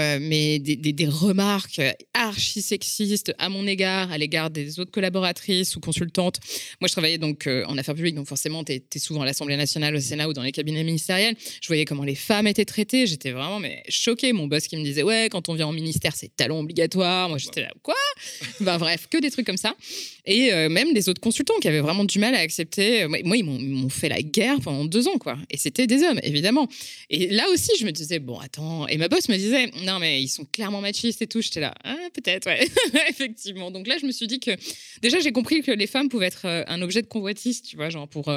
des remarques archi-sexistes à mon égard, à l'égard des autres collaboratrices ou consultantes. Moi, je travaillais donc en affaires publiques. Donc, forcément, tu es souvent à l'Assemblée nationale, au Sénat ou dans les cabinets ministériels. Je voyais comment les femmes étaient traitées. J'étais vraiment choquée. Mon boss qui me disait, ouais, quand on vient en ministère, c'est talon obligatoire. Moi, j'étais là, quoi? Bref, que des trucs comme ça. Et même des autres consultants qui avaient vraiment du mal à accepter. Moi, ils m'ont fait la guerre pendant 2 ans, quoi. Et c'était des hommes, évidemment. Et là aussi, je me disais, bon, attends. Et ma boss me disait, non, mais ils sont clairement machistes et tout. J'étais là, ah, peut-être, ouais. Effectivement. Donc là, je me suis dit que, déjà, j'ai compris que les femmes pouvaient être un objet de convoitise, tu vois, genre pour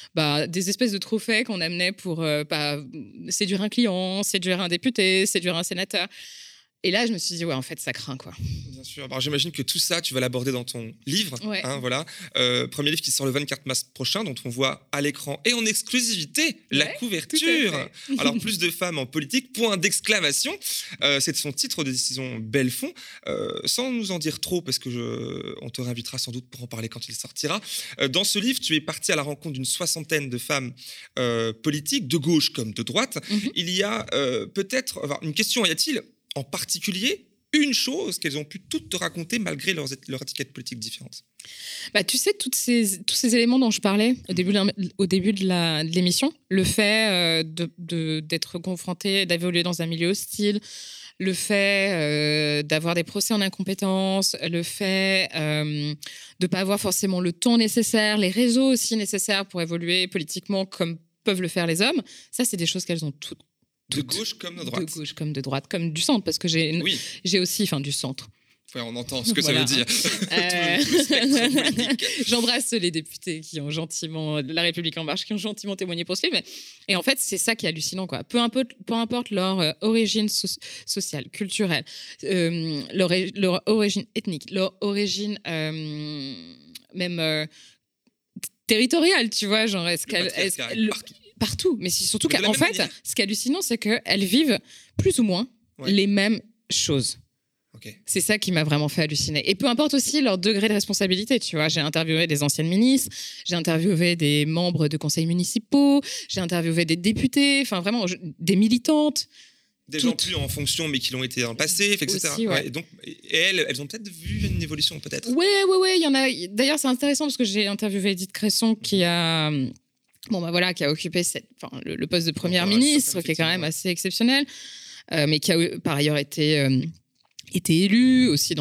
des espèces de trophées qu'on amenait pour séduire un client, séduire un député, séduire un sénateur. Et là, je me suis dit, ouais, en fait, ça craint, quoi. Bien sûr. Alors, j'imagine que tout ça, tu vas l'aborder dans ton livre. Ouais. Voilà. Premier livre qui sort le 24 mars prochain, dont on voit à l'écran et en exclusivité la couverture. Alors, plus de femmes en politique, point d'exclamation. C'est son titre de décision Bellefond. Sans nous en dire trop, parce que on te réinvitera sans doute pour en parler quand il sortira. Dans ce livre, tu es parti à la rencontre d'une 60aine de femmes politiques, de gauche comme de droite. Il y a peut-être une question, y a-t-il en particulier une chose qu'elles ont pu toutes te raconter malgré leur étiquette politique différente? Tu sais, tous ces éléments dont je parlais au début de l'émission, le fait d'être confronté, d'évoluer dans un milieu hostile, le fait d'avoir des procès en incompétence, le fait de ne pas avoir forcément le temps nécessaire, les réseaux aussi nécessaires pour évoluer politiquement comme peuvent le faire les hommes, ça, c'est des choses qu'elles ont toutes. De gauche comme de droite. De gauche comme de droite, comme du centre, parce que j'ai aussi, du centre. Ouais, on entend ce que ça veut dire. J'embrasse les députés qui ont gentiment, La République En Marche, qui ont gentiment témoigné pour ce livre. Et en fait, c'est ça qui est hallucinant, quoi. Peu importe leur origine sociale, culturelle, leur origine ethnique, leur origine même territoriale, tu vois, genre partout, mais c'est surtout qu'en fait, ce qui est hallucinant, c'est qu'elles vivent plus ou moins les mêmes choses. Okay. C'est ça qui m'a vraiment fait halluciner. Et peu importe aussi leur degré de responsabilité, tu vois. J'ai interviewé des anciennes ministres, j'ai interviewé des membres de conseils municipaux, j'ai interviewé des députés, enfin vraiment des militantes. Des gens plus en fonction, mais qui l'ont été dans le passé, etc. Aussi, ouais. Et donc, elles ont peut-être vu une évolution, peut-être. Ouais, il y en a. D'ailleurs, c'est intéressant parce que j'ai interviewé Edith Cresson qui a bon, bah voilà, qui a occupé le poste de première ministre, qui est quand même assez exceptionnel, mais qui a par ailleurs été élu aussi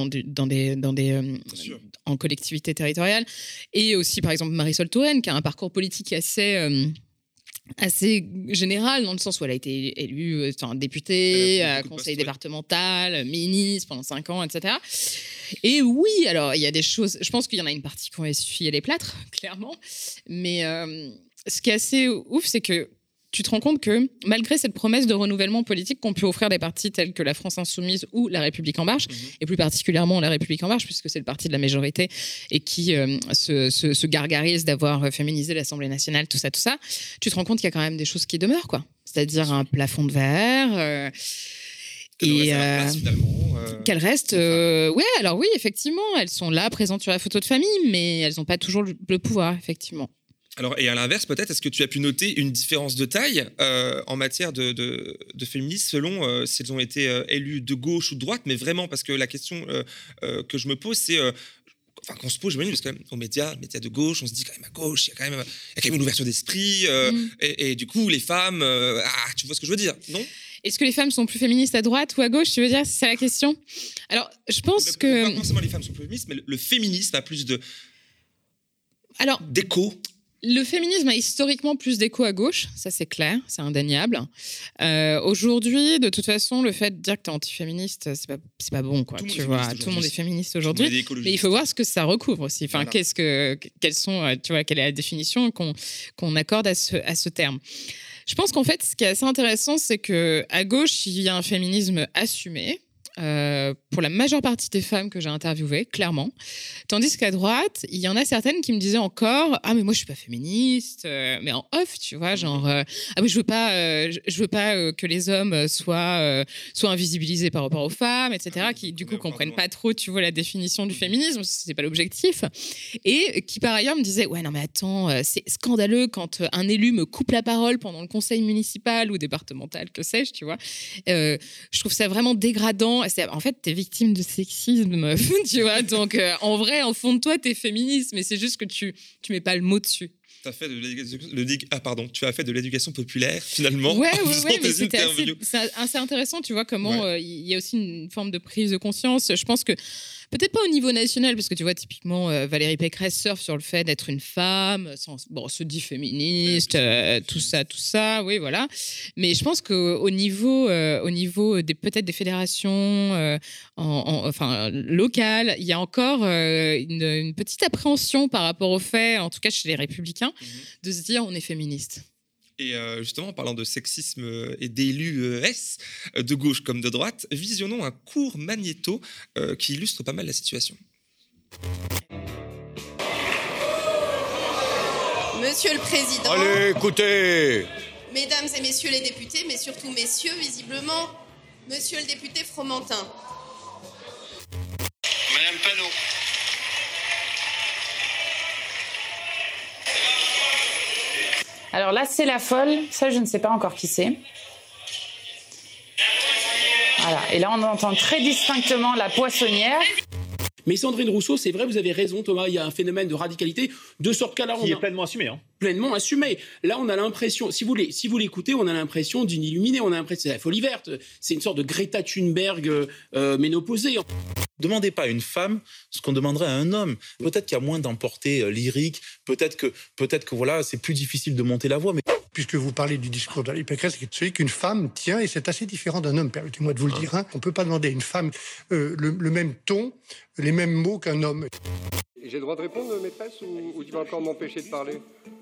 en collectivité territoriale, et aussi par exemple Marisol Touraine, qui a un parcours politique assez générale, dans le sens où elle a été élue députée, conseil départemental, ministre pendant 5 ans, etc. Et oui, alors il y a des choses, je pense qu'il y en a une partie qui ont essuyé les plâtres, clairement, mais ce qui est assez ouf, c'est que tu te rends compte que malgré cette promesse de renouvellement politique qu'ont pu offrir des partis tels que la France Insoumise ou la République En Marche, et plus particulièrement la République En Marche, puisque c'est le parti de la majorité et qui se gargarise d'avoir féminisé l'Assemblée nationale, tout ça, tu te rends compte qu'il y a quand même des choses qui demeurent, quoi. C'est-à-dire un plafond de verre... qu'elles restent... ouais, alors oui, effectivement, elles sont là, présentes sur la photo de famille, mais elles n'ont pas toujours le pouvoir, effectivement. Alors, et à l'inverse, peut-être, est-ce que tu as pu noter une différence de taille en matière de féminisme selon si elles ont été élues de gauche ou de droite, mais vraiment, parce que la question que je me pose, c'est... qu'on se pose, j'imagine, parce qu'aux médias de gauche, on se dit quand même à gauche, il y a quand même une ouverture d'esprit, et du coup, les femmes... tu vois ce que je veux dire, non ? Est-ce que les femmes sont plus féministes à droite ou à gauche, tu veux dire ? C'est ça la question ? Alors, je pense que... Pas forcément les femmes sont plus féministes, mais le féminisme a plus d'écho. Le féminisme a historiquement plus d'écho à gauche, ça c'est clair, c'est indéniable. Aujourd'hui, de toute façon, le fait de dire que t'es antiféministe, c'est pas bon, quoi. Tu vois, tout le monde est féministe aujourd'hui, mais il faut voir ce que ça recouvre aussi. Enfin, voilà. Quelle est la définition qu'on accorde à ce terme. Je pense qu'en fait, ce qui est assez intéressant, c'est que à gauche, il y a un féminisme assumé. Pour la majeure partie des femmes que j'ai interviewées, clairement. Tandis qu'à droite, il y en a certaines qui me disaient encore « Ah, mais moi, je suis pas féministe. » Mais en off, tu vois, genre « Ah, mais je veux pas que les hommes soient invisibilisés par rapport aux femmes, etc. » Qui, du coup, comprennent pas trop, tu vois, la définition du féminisme. C'est pas l'objectif. Et qui, par ailleurs, me disaient « Ouais, non, mais attends, c'est scandaleux quand un élu me coupe la parole pendant le conseil municipal ou départemental, que sais-je, tu vois. Je trouve ça vraiment dégradant. En fait, t'es victime de sexisme, meuf, tu vois. Donc, en vrai, en fond de toi, t'es féministe, mais c'est juste que tu mets pas le mot dessus. Tu as fait de l'éducation populaire, finalement. Ouais, mais c'était assez intéressant, tu vois, comment il y a aussi une forme de prise de conscience. Je pense que, peut-être pas au niveau national, parce que tu vois, typiquement, Valérie Pécresse surfe sur le fait d'être une femme, se dit féministe, tout ça, oui, voilà. Mais je pense qu'au niveau peut-être des fédérations locales, il y a encore une petite appréhension par rapport au fait, en tout cas chez les Républicains, de se dire on est féministe. Et justement, en parlant de sexisme et d'élus de gauche comme de droite, visionnons un court magnéto qui illustre pas mal la situation. Monsieur le Président... Allez, écoutez! Mesdames et messieurs les députés, mais surtout messieurs, visiblement, monsieur le député Fromentin. Madame Panot. Alors là, c'est la folle. Ça, je ne sais pas encore qui c'est. Voilà. Et là, on entend très distinctement la poissonnière. Mais Sandrine Rousseau, c'est vrai, vous avez raison, Thomas, il y a un phénomène de radicalité, de sorte qu'à là, qui est pleinement assumé. Hein. Pleinement assumé. Là, on a l'impression, si vous l'écoutez, on a l'impression d'une illuminée, on a l'impression, c'est la folie verte, c'est une sorte de Greta Thunberg ménopausée. Demandez pas à une femme ce qu'on demanderait à un homme. Peut-être qu'il y a moins d'emportées lyriques, peut-être que voilà, c'est plus difficile de monter la voix, mais... Puisque vous parlez du discours de Valérie Pécresse, c'est celui qu'une femme tient, et c'est assez différent d'un homme, permettez-moi de vous le dire. Hein. On ne peut pas demander à une femme le même ton, les mêmes mots qu'un homme. J'ai le droit de répondre, maîtresse, ou tu vas encore m'empêcher de parler ?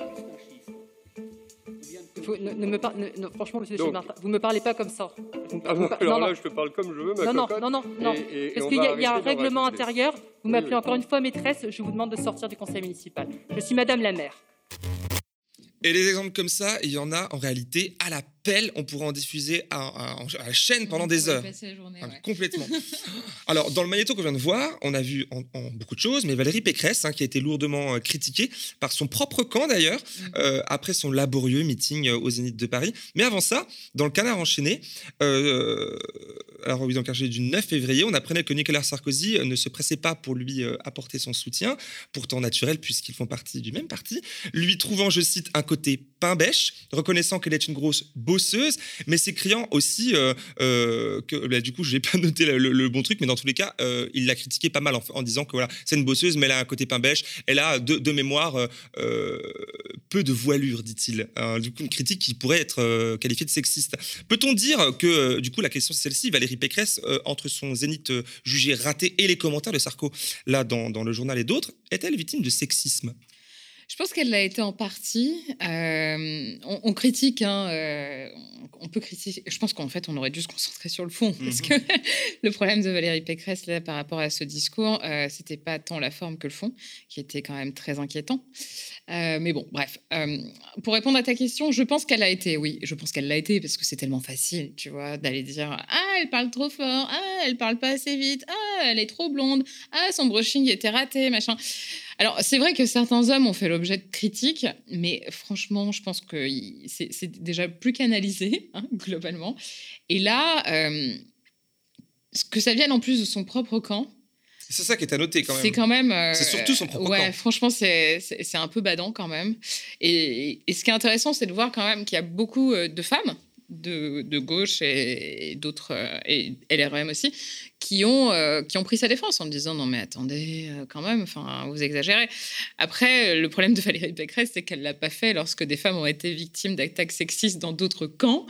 Franchement, monsieur Martin, vous ne me parlez pas comme ça. Là, je te parle comme je veux, ma cocotte. Non. Parce qu'il y a un règlement intérieur. Vous m'appelez encore une fois maîtresse, je vous demande de sortir du conseil municipal. Je suis madame la maire. Et des exemples comme ça, il y en a en réalité à la pelle. On pourrait en diffuser à la chaîne pendant des heures. Passer la journée, ouais. Complètement. Alors, dans le magnéto qu'on vient de voir, on a vu en beaucoup de choses, mais Valérie Pécresse, qui a été lourdement critiquée par son propre camp d'ailleurs, après son laborieux meeting au Zénith de Paris. Mais avant ça, dans le Canard enchaîné, alors oui, donc du 9 février, on apprenait que Nicolas Sarkozy ne se pressait pas pour lui apporter son soutien, pourtant naturel puisqu'ils font partie du même parti, lui trouvant, je cite, un côté pain-bêche, reconnaissant qu'elle est une grosse bosseuse, mais s'écriant aussi que, du coup, je n'ai pas noté le bon truc, mais dans tous les cas, il l'a critiqué pas mal en disant que voilà, c'est une bosseuse, mais elle a un côté pain-bêche, elle a de mémoire peu de voilure, dit-il. Du coup, une critique qui pourrait être qualifiée de sexiste. Peut-on dire que, du coup, la question c'est celle-ci, Valérie Pécresse, entre son zénith jugé raté et les commentaires de Sarko, là, dans le journal et d'autres, est-elle victime de sexisme ? Je pense qu'elle l'a été en partie. On critique, on peut critiquer. Je pense qu'en fait, on aurait dû se concentrer sur le fond, parce que le problème de Valérie Pécresse, là, par rapport à ce discours, c'était pas tant la forme que le fond, qui était quand même très inquiétant. Mais bon, bref. Pour répondre à ta question, je pense qu'elle l'a été, oui. Je pense qu'elle l'a été, parce que c'est tellement facile, tu vois, d'aller dire « Ah, elle parle trop fort. Ah, elle parle pas assez vite. Ah, elle est trop blonde. Ah, son brushing était raté, machin. » Alors, c'est vrai que certains hommes ont fait l'objet de critiques, mais franchement, je pense que c'est déjà plus canalisé, globalement. Et là, que ça vienne en plus de son propre camp, c'est ça qui est à noter quand même. C'est quand même... c'est surtout son propre camp. Franchement, c'est un peu badant quand même. Et ce qui est intéressant, c'est de voir quand même qu'il y a beaucoup de femmes de gauche et d'autres, et LREM aussi, qui ont pris sa défense en disant non mais attendez, quand même, vous exagérez. Après, le problème de Valérie Pécresse, c'est qu'elle l'a pas fait lorsque des femmes ont été victimes d'attaques sexistes dans d'autres camps,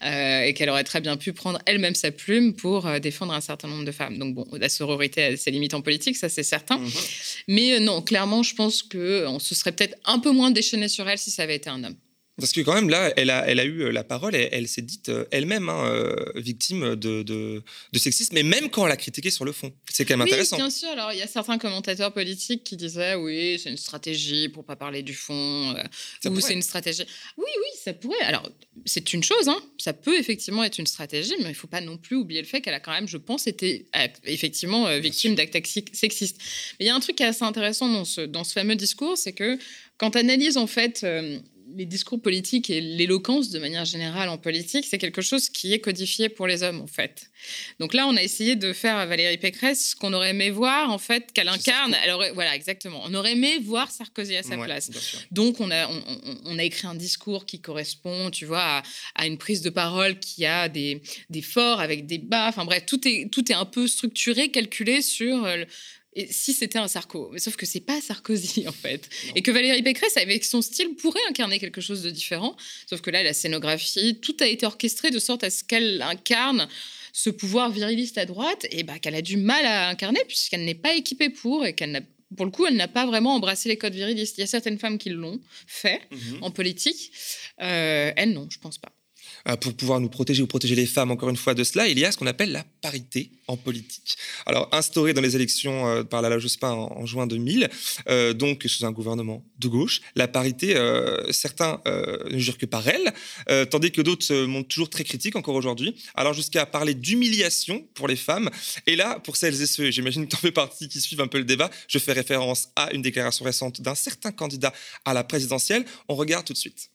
et qu'elle aurait très bien pu prendre elle-même sa plume pour défendre un certain nombre de femmes. Donc bon, la sororité a ses limites en politique, ça c'est certain. Mais non, clairement, je pense qu'on se serait peut-être un peu moins déchaîné sur elle si ça avait été un homme. Parce que quand même, là, elle a eu la parole et elle s'est dite elle-même victime de sexisme, mais même quand elle a critiqué sur le fond. C'est quand même intéressant. Oui, bien sûr. Alors, il y a certains commentateurs politiques qui disaient « Oui, c'est une stratégie pour ne pas parler du fond. Ou c'est une stratégie... » Oui, ça pourrait. Alors, c'est une chose. Ça peut effectivement être une stratégie, mais il ne faut pas non plus oublier le fait qu'elle a quand même, je pense, été effectivement victime d'attaques sexistes. Mais il y a un truc qui est assez intéressant dans ce fameux discours, c'est que quand tu analyses, en fait... les discours politiques et l'éloquence de manière générale en politique, c'est quelque chose qui est codifié pour les hommes, en fait. Donc là, on a essayé de faire à Valérie Pécresse ce qu'on aurait aimé voir, en fait, qu'elle incarne. Voilà, exactement. On aurait aimé voir Sarkozy à sa place. Donc, on a écrit un discours qui correspond, tu vois, à une prise de parole qui a des forts avec des bas. Enfin bref, tout est un peu structuré, calculé sur... Et si c'était un Sarko, mais sauf que c'est pas Sarkozy en fait, et que Valérie Pécresse avec son style pourrait incarner quelque chose de différent, sauf que là la scénographie, tout a été orchestré de sorte à ce qu'elle incarne ce pouvoir viriliste à droite et qu'elle a du mal à incarner puisqu'elle n'est pas équipée pour et qu'elle n'a pour le coup, elle n'a pas vraiment embrassé les codes virilistes. Il y a certaines femmes qui l'ont fait en politique, elle non, je pense pas. Pour pouvoir nous protéger ou protéger les femmes, encore une fois, de cela, il y a ce qu'on appelle la parité en politique. Alors, instaurée dans les élections par la loi Jospin en juin 2000, donc sous un gouvernement de gauche, la parité, certains ne jurent que par elle, tandis que d'autres se montrent toujours très critiques encore aujourd'hui, alors jusqu'à parler d'humiliation pour les femmes. Et là, pour celles et ceux, j'imagine que tu en fais partie, qui suivent un peu le débat, je fais référence à une déclaration récente d'un certain candidat à la présidentielle. On regarde tout de suite.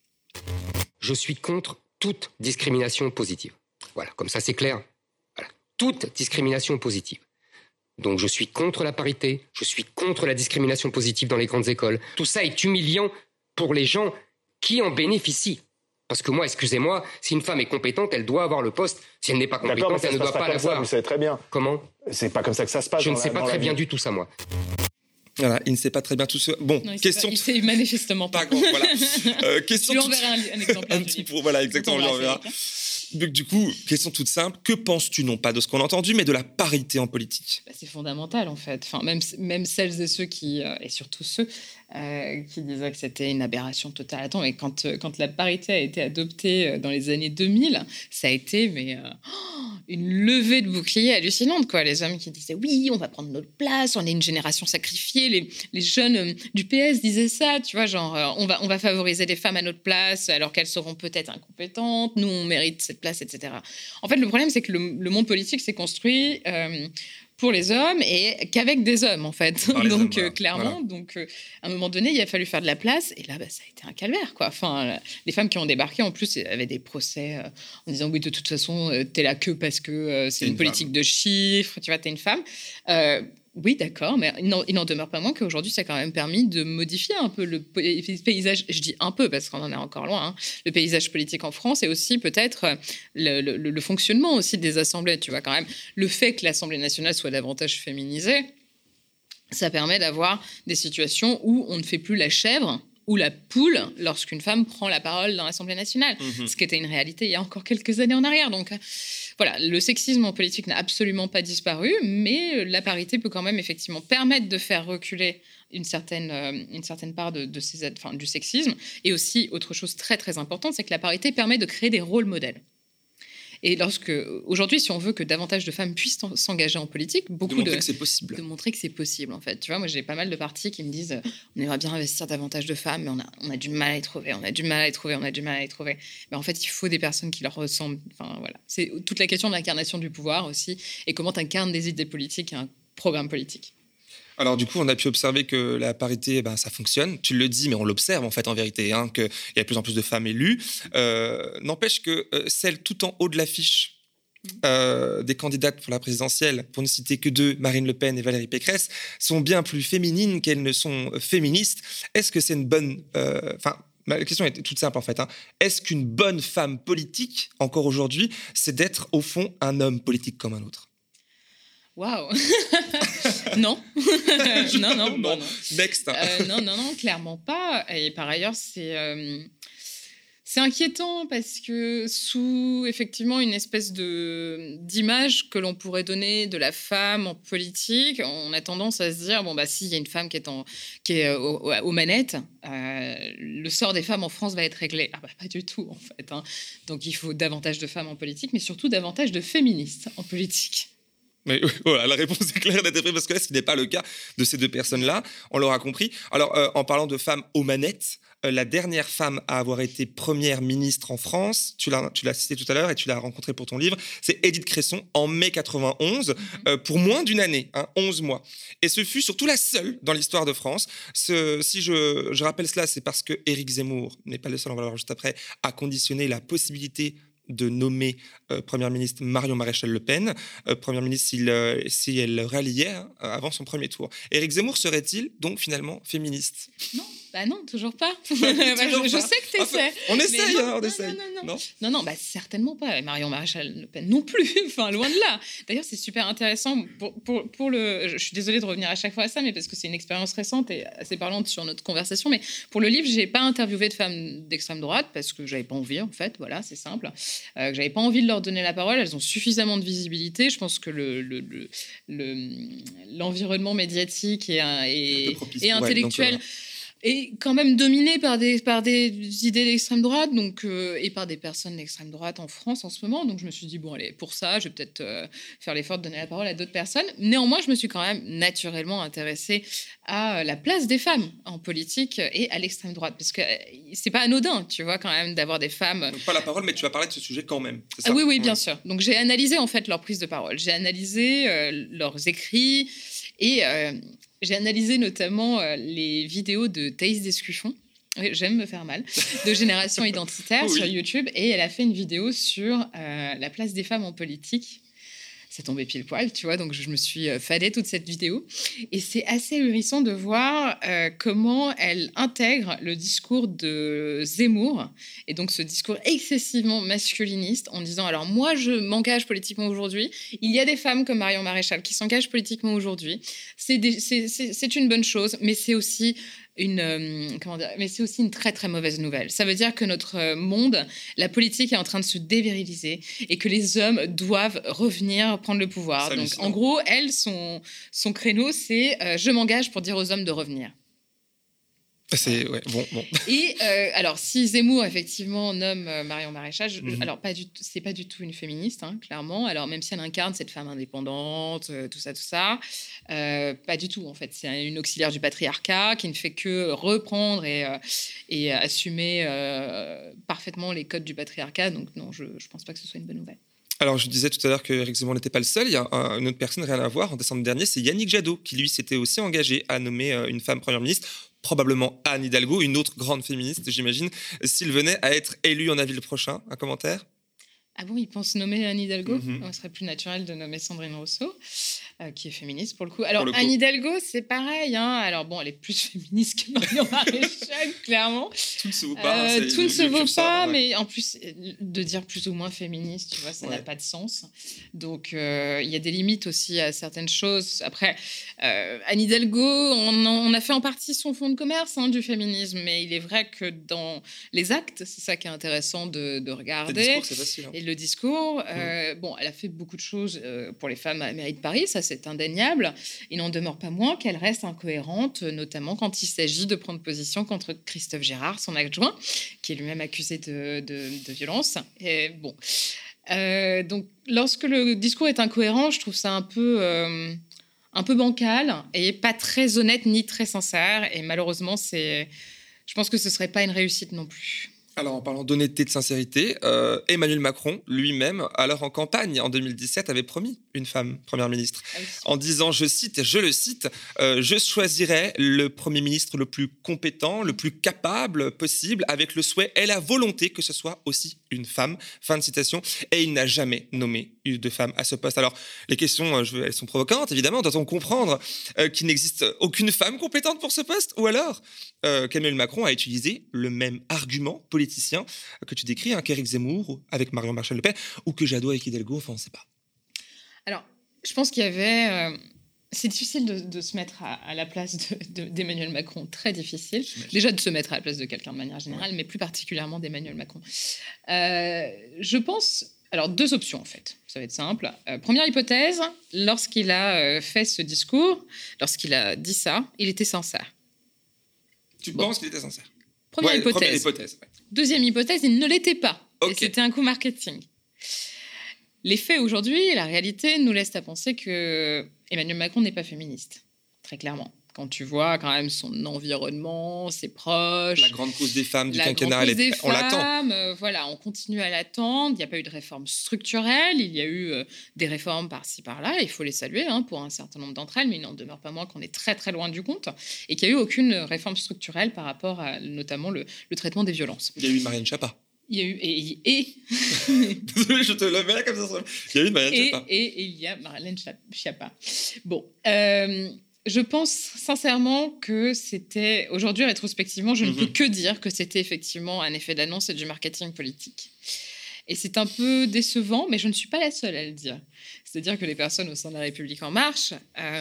Je suis contre toute discrimination positive. Voilà, comme ça c'est clair. Voilà. Toute discrimination positive. Donc je suis contre la parité, je suis contre la discrimination positive dans les grandes écoles. Tout ça est humiliant pour les gens qui en bénéficient. Parce que moi, excusez-moi, si une femme est compétente, elle doit avoir le poste. Si elle n'est pas compétente, elle ne doit pas l'avoir. Vous savez très bien. Comment ? C'est pas comme ça que ça se passe. Je ne sais pas très bien du tout ça, moi. Voilà, il ne sait pas très bien tout ça. Bon, non, question. Il sait manifestement pas. Voilà. Question. Tu lui enverras un exemplaire. Voilà, exactement. On lui enverra. Donc, du coup, question toute simple. Que penses-tu, non pas de ce qu'on a entendu, mais de la parité en politique ? C'est fondamental, en fait. Enfin, même celles et ceux qui, et surtout ceux qui disaient que c'était une aberration totale. Attends, mais quand la parité a été adoptée dans les années 2000, ça a été une levée de boucliers hallucinante, quoi. Les hommes qui disaient oui, on va prendre notre place, on est une génération sacrifiée. Les jeunes du PS disaient ça, tu vois, genre on va favoriser les femmes à notre place alors qu'elles seront peut-être incompétentes. Nous, on mérite cette place, etc. En fait, le problème, c'est que le monde politique s'est construit pour les hommes et qu'avec des hommes, en fait. Donc, voilà. clairement, à un moment donné, il a fallu faire de la place. Et là, ça a été un calvaire, quoi. Enfin, les femmes qui ont débarqué, en plus, avaient des procès en disant, oui, de toute façon, t'es là que parce que c'est une politique de chiffres, tu vois, t'es une femme. Oui, d'accord, mais il n'en demeure pas moins qu'aujourd'hui, ça a quand même permis de modifier un peu le paysage. Je dis un peu parce qu'on en est encore loin. Le paysage politique en France et aussi peut-être le fonctionnement aussi des assemblées. Tu vois, quand même, le fait que l'Assemblée nationale soit davantage féminisée, ça permet d'avoir des situations où on ne fait plus la chèvre ou la poule lorsqu'une femme prend la parole dans l'Assemblée nationale, ce qui était une réalité il y a encore quelques années en arrière. Donc voilà, le sexisme en politique n'a absolument pas disparu, mais la parité peut quand même effectivement permettre de faire reculer une certaine part du sexisme. Et aussi, autre chose très très importante, c'est que la parité permet de créer des rôles modèles. Et aujourd'hui, si on veut que davantage de femmes puissent s'engager en politique, de montrer que c'est possible. De montrer que c'est possible, en fait. Tu vois, moi, j'ai pas mal de partis qui me disent on aimerait bien investir davantage de femmes, mais on a du mal à les trouver, Mais en fait, il faut des personnes qui leur ressemblent. Enfin, voilà. C'est toute la question de l'incarnation du pouvoir aussi, et comment tu incarnes des idées politiques et un programme politique. Alors du coup, on a pu observer que la parité, ça fonctionne. Tu le dis, mais on l'observe en fait en vérité, qu'il y a de plus en plus de femmes élues. N'empêche que celles tout en haut de l'affiche des candidates pour la présidentielle, pour ne citer que deux, Marine Le Pen et Valérie Pécresse, sont bien plus féminines qu'elles ne sont féministes. Est-ce que c'est une bonne... La question est toute simple en fait. Est-ce qu'une bonne femme politique, encore aujourd'hui, c'est d'être au fond un homme politique comme un autre ? Waouh. Non. non. Next. Non, clairement pas. Et par ailleurs, c'est inquiétant parce que sous effectivement une espèce d'image que l'on pourrait donner de la femme en politique, on a tendance à se dire s'il y a une femme qui est aux manettes, le sort des femmes en France va être réglé. Pas du tout en fait. Donc il faut davantage de femmes en politique, mais surtout davantage de féministes en politique. Mais voilà, la réponse est claire d'être prise parce que là, ce n'est pas le cas de ces deux personnes-là. On l'aura compris. Alors, en parlant de femmes aux manettes, la dernière femme à avoir été première ministre en France, tu l'as cité tout à l'heure et tu l'as rencontrée pour ton livre, c'est Édith Cresson en mai 91, pour moins d'une année, 11 mois. Et ce fut surtout la seule dans l'histoire de France. Si je rappelle cela, c'est parce que Éric Zemmour, n'est pas le seul, on va le voir juste après, a conditionné la possibilité de nommer Première ministre Marion Maréchal Le Pen, Première ministre si elle ralliait avant son premier tour. Éric Zemmour serait-il donc finalement féministe ? Non, toujours pas. Je sais que tu essaies. On essaye, on essaye. Non, certainement pas. Marion Maréchal Le Pen non plus, loin de là. D'ailleurs, c'est super intéressant pour le... Je suis désolée de revenir à chaque fois à ça, mais parce que c'est une expérience récente et assez parlante sur notre conversation. Mais pour le livre, je n'ai pas interviewé de femmes d'extrême droite parce que je n'avais pas envie, en fait. Voilà, c'est simple. Que je n'avais pas envie de leur donner la parole. Elles ont suffisamment de visibilité. Je pense que l'environnement médiatique et intellectuel... est quand même dominé par des idées d'extrême droite et par des personnes d'extrême droite en France en ce moment. Donc, je me suis dit, allez, pour ça, je vais peut-être faire l'effort de donner la parole à d'autres personnes. Néanmoins, je me suis quand même naturellement intéressée à la place des femmes en politique et à l'extrême droite. Parce que c'est pas anodin, tu vois, quand même, d'avoir des femmes... Donc, pas la parole, mais tu vas parler de ce sujet quand même, c'est ça ? Oui, bien sûr. Donc, j'ai analysé, en fait, leur prise de parole. J'ai analysé leurs écrits et... j'ai analysé notamment les vidéos de Thaïs Descuffon, j'aime me faire mal, de Génération Identitaire sur YouTube, et elle a fait une vidéo sur la place des femmes en politique. Ça tombait pile poil, tu vois, donc je me suis fadée toute cette vidéo. Et c'est assez ahurissant de voir comment elle intègre le discours de Zemmour, et donc ce discours excessivement masculiniste, en disant, alors moi je m'engage politiquement aujourd'hui, il y a des femmes comme Marion Maréchal qui s'engagent politiquement aujourd'hui, c'est une bonne chose, mais c'est aussi c'est aussi une très très mauvaise nouvelle. Ça veut dire que notre monde, la politique est en train de se déviriliser et que les hommes doivent revenir prendre le pouvoir. Donc en gros, elle, son créneau, c'est je m'engage pour dire aux hommes de revenir. Bon. Et alors, si Zemmour effectivement nomme Marion Maréchal, alors c'est pas du tout une féministe, clairement. Alors même si elle incarne cette femme indépendante, tout ça, pas du tout en fait. C'est une auxiliaire du patriarcat qui ne fait que reprendre et assumer parfaitement les codes du patriarcat. Donc non, je pense pas que ce soit une bonne nouvelle. Alors, je disais tout à l'heure qu'Éric Zemmour n'était pas le seul. Il y a une autre personne, rien à voir. En décembre dernier, c'est Yannick Jadot, qui lui s'était aussi engagé à nommer une femme première ministre, probablement Anne Hidalgo, une autre grande féministe, j'imagine, s'il venait à être élu en avril prochain. Un commentaire ? Ah bon, il pense nommer Anne Hidalgo ? Ce serait plus naturel de nommer Sandrine Rousseau, qui est féministe pour le coup. Alors, Anne Hidalgo, c'est pareil. Alors bon, elle est plus féministe que Marion Maréchal, clairement. Tout ne se vaut pas. Tout ne se vaut pas, mais en plus, de dire plus ou moins féministe, tu vois, ça n'a pas de sens. Donc, il y a des limites aussi à certaines choses. Après, Anne Hidalgo, on a fait en partie son fonds de commerce du féminisme, mais il est vrai que dans les actes, c'est ça qui est intéressant de regarder. Le discours, c'est facile. Et le discours, bon, elle a fait beaucoup de choses pour les femmes à la mairie de Paris, ça c'est indéniable. Il n'en demeure pas moins qu'elle reste incohérente, notamment quand il s'agit de prendre position contre Christophe Gérard, son adjoint, qui est lui-même accusé de violence. Et bon, donc lorsque le discours est incohérent, je trouve ça un peu bancal et pas très honnête ni très sincère. Et malheureusement, je pense que ce serait pas une réussite non plus. Alors, en parlant d'honnêteté, de sincérité, Emmanuel Macron, lui-même, alors en campagne, en 2017, avait promis une femme première ministre, en disant, je le cite, je choisirai le premier ministre le plus compétent, le plus capable possible, avec le souhait et la volonté que ce soit aussi une femme. Fin de citation. Et il n'a jamais nommé de femme à ce poste. Alors, les questions, elles sont provocantes, évidemment. Doit-on comprendre qu'il n'existe aucune femme compétente pour ce poste ? Ou alors qu'Emmanuel Macron a utilisé le même argument politicien que tu décris, qu'Éric Zemmour avec Marion Maréchal Le Pen, ou que Jadot avec Hidalgo, enfin, on ne sait pas. Alors, je pense qu'il y avait... c'est difficile de se mettre à la place d'Emmanuel Macron, très difficile. Déjà de se mettre à la place de quelqu'un de manière générale, mais plus particulièrement d'Emmanuel Macron. Je pense... Alors, deux options, en fait. Ça va être simple. Première hypothèse, lorsqu'il a fait ce discours, lorsqu'il a dit ça, il était sincère. Tu penses qu'il était sincère ? Première hypothèse. Deuxième hypothèse, il ne l'était pas. Okay. Et c'était un coup marketing. Les faits aujourd'hui, la réalité, nous laissent à penser que Emmanuel Macron n'est pas féministe, très clairement. Quand tu vois quand même son environnement, ses proches... La grande cause des femmes du quinquennat, on l'attend. Voilà, on continue à l'attendre. Il n'y a pas eu de réforme structurelle. Il y a eu des réformes par-ci, par-là. Il faut les saluer pour un certain nombre d'entre elles, mais il n'en demeure pas moins qu'on est très, très loin du compte et qu'il n'y a eu aucune réforme structurelle par rapport à notamment le traitement des violences. Il y a eu Marlène Schiappa. Il y a eu... Désolé, je te le mets là comme ça. Il y a eu Marlène Schiappa. Et il y a Marlène Schiappa. Bon... je pense sincèrement que c'était... Aujourd'hui, rétrospectivement, je ne peux que dire que c'était effectivement un effet d'annonce et du marketing politique. Et c'est un peu décevant, mais je ne suis pas la seule à le dire. C'est-à-dire que les personnes au sein de La République En Marche...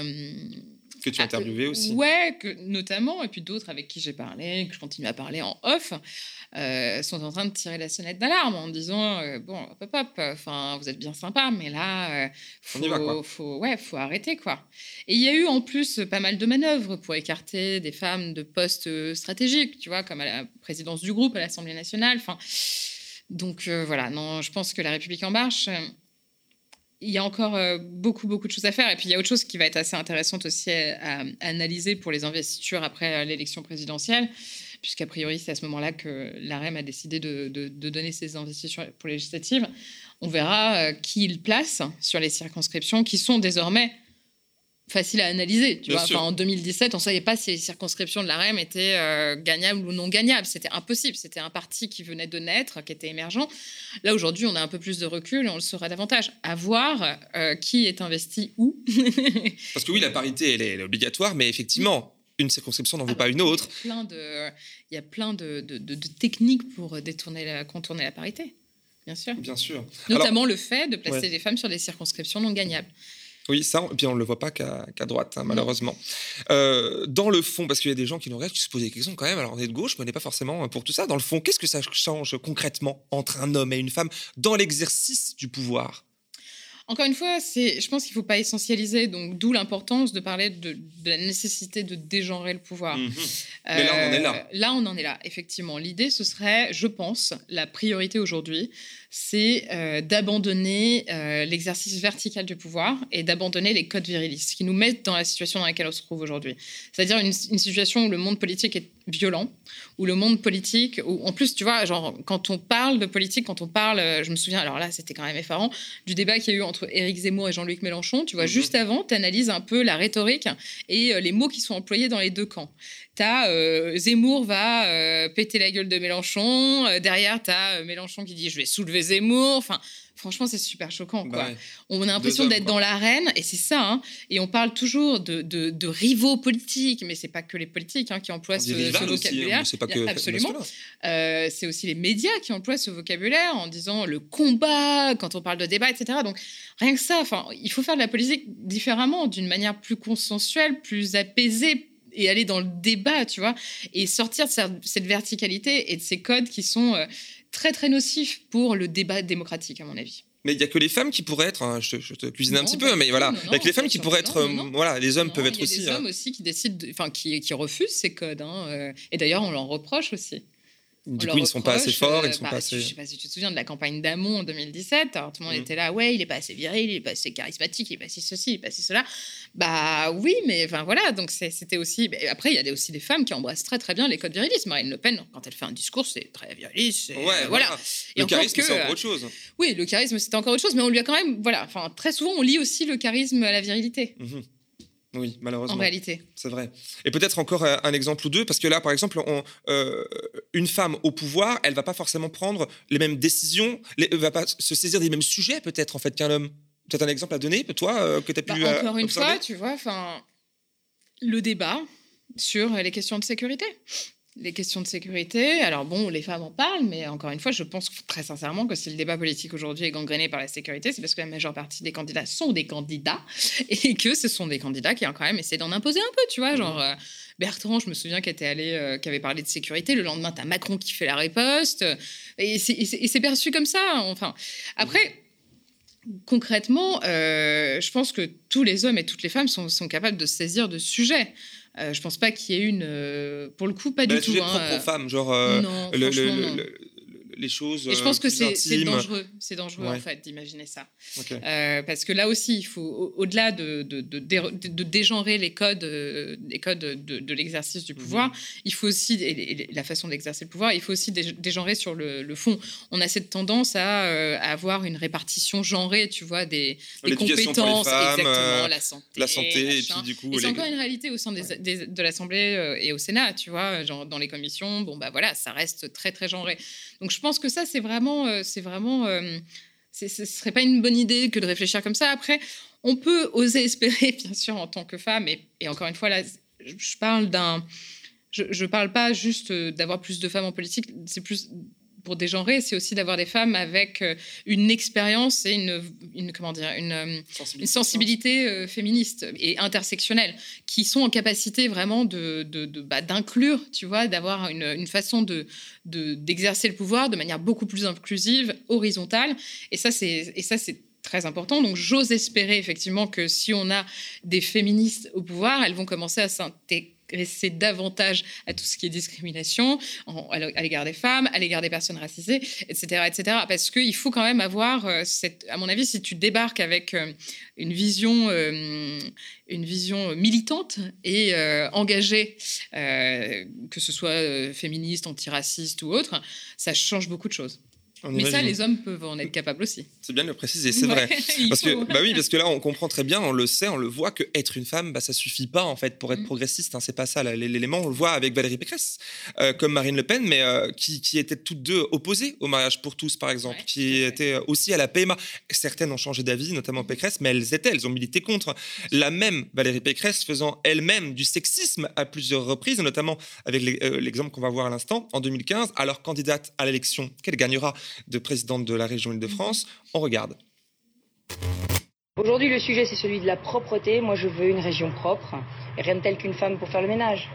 que tu as interviewé aussi. Ouais, notamment, et puis d'autres avec qui j'ai parlé, que je continue à parler en off, sont en train de tirer la sonnette d'alarme en disant bon, hop, enfin, vous êtes bien sympa, mais là, faut arrêter, quoi. Et il y a eu en plus pas mal de manœuvres pour écarter des femmes de postes stratégiques, tu vois, comme à la présidence du groupe à l'Assemblée nationale. Enfin, donc voilà, non, je pense que La République En Marche. Il y a encore beaucoup de choses à faire. Et puis, il y a autre chose qui va être assez intéressante aussi à analyser pour les investitures après l'élection présidentielle, puisqu'a priori, c'est à ce moment-là que l'AREM a décidé de donner ses investitures pour les législatives. On verra qui il place sur les circonscriptions qui sont désormais faciles à analyser. Tu vois, enfin, en 2017, on ne savait pas si les circonscriptions de l'AREM étaient gagnables ou non gagnables. C'était impossible. C'était un parti qui venait de naître, qui était émergent. Là, aujourd'hui, on a un peu plus de recul et on le saura davantage. À voir qui est investi où. Parce que oui, la parité, elle est obligatoire, mais effectivement, une circonscription n'en vaut pas une autre. Il y a plein de techniques pour contourner la parité, bien sûr. Bien sûr. Notamment le fait de placer des femmes sur des circonscriptions non gagnables. Oui, ça, et puis on ne le voit pas qu'à droite, malheureusement. Dans le fond, parce qu'il y a des gens qui nous regardent, qui se posent des questions quand même, alors on est de gauche, mais on n'est pas forcément pour tout ça. Dans le fond, qu'est-ce que ça change concrètement entre un homme et une femme dans l'exercice du pouvoir ? Encore une fois, je pense qu'il ne faut pas essentialiser, donc d'où l'importance de parler de la nécessité de dégenrer le pouvoir. Mais là, on en est là. Là, on en est là, effectivement. L'idée, ce serait, je pense, la priorité aujourd'hui, c'est d'abandonner l'exercice vertical du pouvoir et d'abandonner les codes virilistes qui nous mettent dans la situation dans laquelle on se trouve aujourd'hui. C'est-à-dire une situation où le monde politique est violent, où le monde politique... Où, en plus, tu vois, genre, quand on parle de politique, quand on parle... je me souviens, alors là, c'était quand même effarant, du débat qu'il y a eu entre Éric Zemmour et Jean-Luc Mélenchon. Tu vois, juste avant, tu analyses un peu la rhétorique et les mots qui sont employés dans les deux camps. Zemmour va péter la gueule de Mélenchon. Derrière, t'as Mélenchon qui dit « je vais soulever Zemmour ». Enfin, franchement, c'est super choquant, quoi. On a l'impression d'être dans l'arène, et c'est ça. Hein. Et on parle toujours de rivaux politiques, mais c'est pas que les politiques qui emploient ce vocabulaire. Aussi, c'est pas que absolument. C'est aussi les médias qui emploient ce vocabulaire en disant le combat, quand on parle de débat, etc. Donc, rien que ça, il faut faire de la politique différemment, d'une manière plus consensuelle, plus apaisée, et aller dans le débat, tu vois, et sortir de cette verticalité et de ces codes qui sont très, très nocifs pour le débat démocratique, à mon avis. Mais il n'y a que les femmes qui pourraient être, je te cuisine un petit peu, mais voilà, il n'y a que les femmes qui pourraient être, voilà, les hommes peuvent être aussi... Il y a des hommes aussi qui décident, qui refusent ces codes, et d'ailleurs, on leur reproche aussi. Du coup, ils ne sont pas assez forts, ils ne sont pas assez... Je ne sais pas si tu te souviens de la campagne d'Hamon en 2017. Alors, tout le monde était là, ouais, il n'est pas assez viril, il n'est pas assez charismatique, il n'est pas si ceci, il n'est pas si cela. Bah oui, mais enfin voilà, donc c'était aussi... Après, il y a aussi des femmes qui embrassent très très bien les codes virilistes. Marine Le Pen, quand elle fait un discours, c'est très viriliste. Voilà. Le charisme, c'est encore autre chose. Oui, le charisme, c'était encore autre chose, mais on lui a quand même... Voilà, enfin, très souvent, on lie aussi le charisme à la virilité. Oui, malheureusement. En réalité. C'est vrai. Et peut-être encore un exemple ou deux, parce que là, par exemple, une femme au pouvoir, elle ne va pas forcément prendre les mêmes décisions, elle ne va pas se saisir des mêmes sujets, peut-être, en fait, qu'un homme. Peut-être un exemple à donner, toi, que tu as pu encore une observer. fois, tu vois, le débat sur les questions de sécurité. Les questions de sécurité, alors bon, les femmes en parlent, mais encore une fois, je pense très sincèrement que si le débat politique aujourd'hui est gangréné par la sécurité, c'est parce que la majeure partie des candidats sont des candidats et que ce sont des candidats qui ont quand même essayé d'en imposer un peu, tu vois, genre... Bertrand, je me souviens, qui avait parlé de sécurité. Le lendemain, t'as Macron qui fait la riposte. Et c'est perçu comme ça. Enfin, après... Concrètement, je pense que tous les hommes et toutes les femmes sont capables de se saisir de sujets. Je pense pas qu'il y ait une... pour le coup, pas du tout. Sujet propre aux femmes, genre non, les choses. Et je pense que c'est intimes. dangereux en fait d'imaginer ça. Okay. Parce que là aussi, il faut, au-delà de dégenrer les codes de l'exercice du pouvoir, il faut aussi, et la façon d'exercer le pouvoir, il faut aussi dégenrer sur le fond. On a cette tendance à avoir une répartition genrée, tu vois, des compétences, femmes, exactement, la santé, et puis du coup... Et c'est encore une réalité au sein de l'Assemblée et au Sénat, tu vois, genre dans les commissions, bon bah voilà, ça reste très très genré. Donc je pense que ça, ce serait pas une bonne idée que de réfléchir comme ça. Après, on peut oser espérer, bien sûr, en tant que femme, et encore une fois, là, je parle pas juste d'avoir plus de femmes en politique, c'est plus pour dégenrer, c'est aussi d'avoir des femmes avec une expérience et une sensibilité féministe et intersectionnelle, qui sont en capacité vraiment d'inclure, tu vois, d'avoir une façon d'exercer le pouvoir de manière beaucoup plus inclusive, horizontale. Et ça, c'est très important. Donc, j'ose espérer effectivement que si on a des féministes au pouvoir, elles vont commencer à s'intégrer davantage à tout ce qui est discrimination à l'égard des femmes, à l'égard des personnes racisées, etc. Parce qu'il faut quand même avoir, à mon avis, si tu débarques avec une vision militante et engagée, que ce soit féministe, antiraciste ou autre, ça change beaucoup de choses. Mais ça, les hommes peuvent en être capables aussi. C'est bien de le préciser, c'est vrai. Parce que là, on comprend très bien, on le sait, on le voit, que être une femme, ça suffit pas en fait pour être progressiste. C'est pas ça l'élément. On le voit avec Valérie Pécresse, comme Marine Le Pen, mais qui étaient toutes deux opposées au mariage pour tous, par exemple, qui étaient aussi à la PMA. Certaines ont changé d'avis, notamment Pécresse, mais elles ont milité contre. La même Valérie Pécresse faisant elle-même du sexisme à plusieurs reprises, notamment avec l'exemple qu'on va voir à l'instant, en 2015, alors candidate à l'élection qu'elle gagnera de présidente de la région Île-de-France. On regarde. Aujourd'hui, le sujet, c'est celui de la propreté. Moi, je veux une région propre. Et rien de tel qu'une femme pour faire le ménage.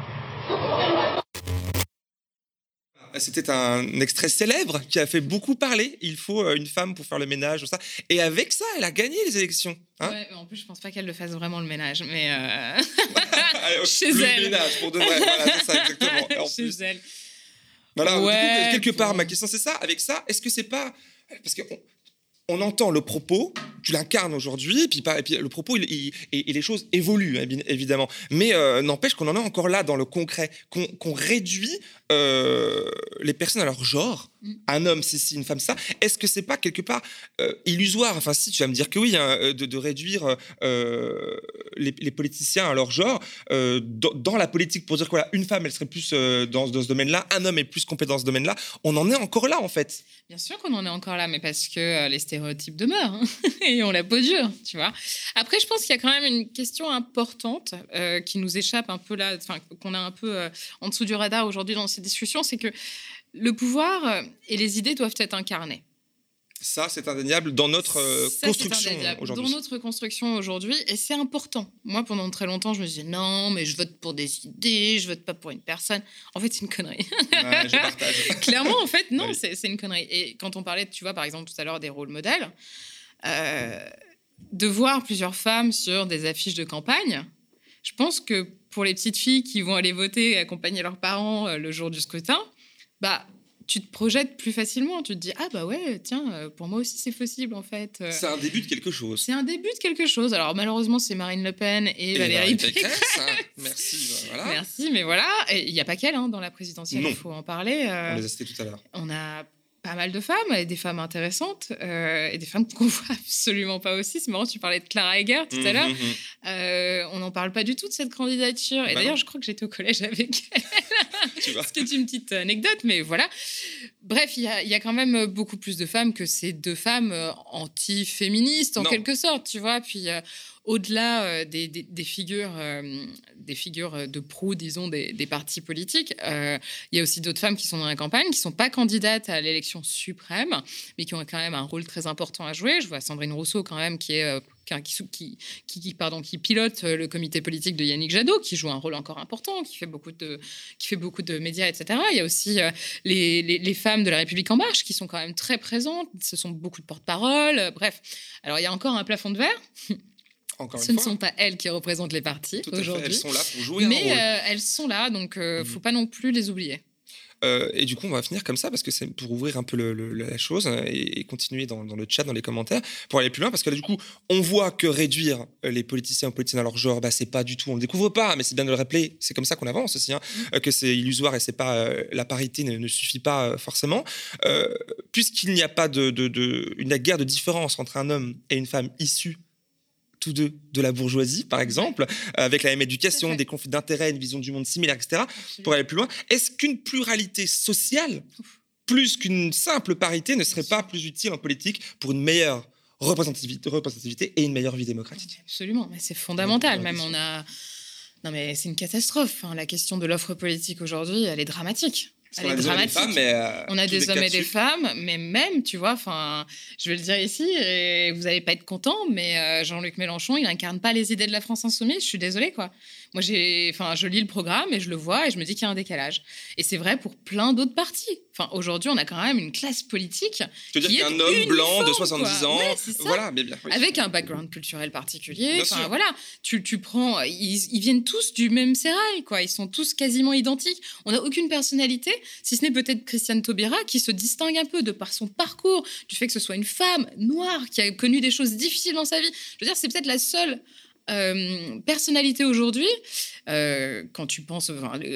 C'était un extrait célèbre qui a fait beaucoup parler. Il faut une femme pour faire le ménage, tout ça. Et avec ça, elle a gagné les élections. Ouais, en plus, je pense pas qu'elle le fasse vraiment le ménage, mais chez elle. Le ménage, pour de vrai. Voilà, c'est ça, exactement. Chez elle. Voilà, du coup, quelque part, ma question, c'est ça. Avec ça, est-ce que c'est pas Parce qu'on entend le propos, tu l'incarnes aujourd'hui, et puis le propos, et les choses évoluent, évidemment. Mais n'empêche qu'on en est encore là dans le concret, qu'on réduit les personnes à leur genre. Un homme, c'est ci, une femme, ça. Est-ce que c'est pas quelque part illusoire? Enfin, si, tu vas me dire que oui, hein, de réduire les politiciens à leur genre dans la politique pour dire que voilà, une femme, elle serait plus dans ce domaine-là, un homme est plus compétent dans ce domaine-là. On en est encore là, en fait. Bien sûr qu'on en est encore là, mais parce que les stéréotypes demeurent hein, et on la peau dure, tu vois. Après, je pense qu'il y a quand même une question importante qui nous échappe un peu là, enfin qu'on a un peu en dessous du radar aujourd'hui dans ces discussions, c'est que le pouvoir et les idées doivent être incarnés. Ça, c'est indéniable dans notre construction aujourd'hui. Dans notre construction aujourd'hui, et c'est important. Moi, pendant très longtemps, je me disais non, mais je vote pour des idées, je vote pas pour une personne. En fait, c'est une connerie. Ouais, je partage. Clairement, en fait, non, oui. c'est une connerie. Et quand on parlait, tu vois, par exemple, tout à l'heure des rôles modèles, de voir plusieurs femmes sur des affiches de campagne, je pense que pour les petites filles qui vont aller voter et accompagner leurs parents le jour du scrutin, bah tu te projettes plus facilement. Tu te dis, ah bah ouais, tiens, pour moi aussi, c'est possible, en fait. C'est un début de quelque chose. C'est un début de quelque chose. Alors, malheureusement, c'est Marine Le Pen et Valérie Pécresse. Merci, voilà. Merci, mais voilà. Il n'y a pas qu'elle dans la présidentielle, il faut en parler. On les a cités tout à l'heure. On a pas mal de femmes, et des femmes intéressantes, et des femmes qu'on voit absolument pas aussi. C'est marrant, tu parlais de Clara Egger tout à l'heure. On n'en parle pas du tout de cette candidature. Et d'ailleurs, je crois que j'étais au collège avec elle. Ce qui est une petite anecdote, mais voilà. Bref, il y a quand même beaucoup plus de femmes que ces deux femmes anti-féministes, en quelque sorte, tu vois. Puis au-delà des figures de proue, disons, des partis politiques, il y a aussi d'autres femmes qui sont dans la campagne, qui ne sont pas candidates à l'élection suprême, mais qui ont quand même un rôle très important à jouer. Je vois Sandrine Rousseau, quand même, qui pilote le comité politique de Yannick Jadot, qui joue un rôle encore important, qui fait beaucoup de médias, etc. Il y a aussi les femmes de la République En Marche, qui sont quand même très présentes. Ce sont beaucoup de porte-parole. Bref, alors il y a encore un plafond de verre. Ce ne sont pas elles qui représentent les partis aujourd'hui. Elles sont là pour jouer un rôle. Mais elles sont là, donc il ne faut pas non plus les oublier. Et du coup, on va finir comme ça parce que c'est pour ouvrir un peu la chose et continuer dans le chat, dans les commentaires, pour aller plus loin. Parce que là, du coup, on voit que réduire les politiciens ou politiciennes à leur genre, bah, c'est pas du tout, on ne découvre pas, mais c'est bien de le rappeler. C'est comme ça qu'on avance aussi, hein, que c'est illusoire et c'est pas la parité ne suffit pas forcément. Puisqu'il n'y a pas une guerre de différence entre un homme et une femme issue tous deux de la bourgeoisie, par exemple, avec la même éducation, des conflits d'intérêts, une vision du monde similaire, etc. Pour aller plus loin, est-ce qu'une pluralité sociale, plus qu'une simple parité, ne serait pas plus utile en politique pour une meilleure représentativité et une meilleure vie démocratique? Absolument, mais c'est fondamental. Même non mais c'est une catastrophe. Hein. La question de l'offre politique aujourd'hui, elle est dramatique. On a des hommes et des femmes, mais on a des hommes et des femmes, mais même, tu vois, je vais le dire ici, et vous n'allez pas être content, mais Jean-Luc Mélenchon, il n'incarne pas les idées de la France insoumise. Je suis désolée, quoi. Moi, je lis le programme et je le vois et je me dis qu'il y a un décalage. Et c'est vrai pour plein d'autres partis. Aujourd'hui, on a quand même une classe politique. Tu veux dire qu'un homme blanc de 70 ans, voilà, mais bien, oui. Avec un background culturel particulier. Voilà, tu prends, ils viennent tous du même sérail, quoi. Ils sont tous quasiment identiques. On n'a aucune personnalité, si ce n'est peut-être Christiane Taubira qui se distingue un peu de par son parcours, du fait que ce soit une femme noire qui a connu des choses difficiles dans sa vie. Je veux dire, c'est peut-être la seule personnalité aujourd'hui, quand tu penses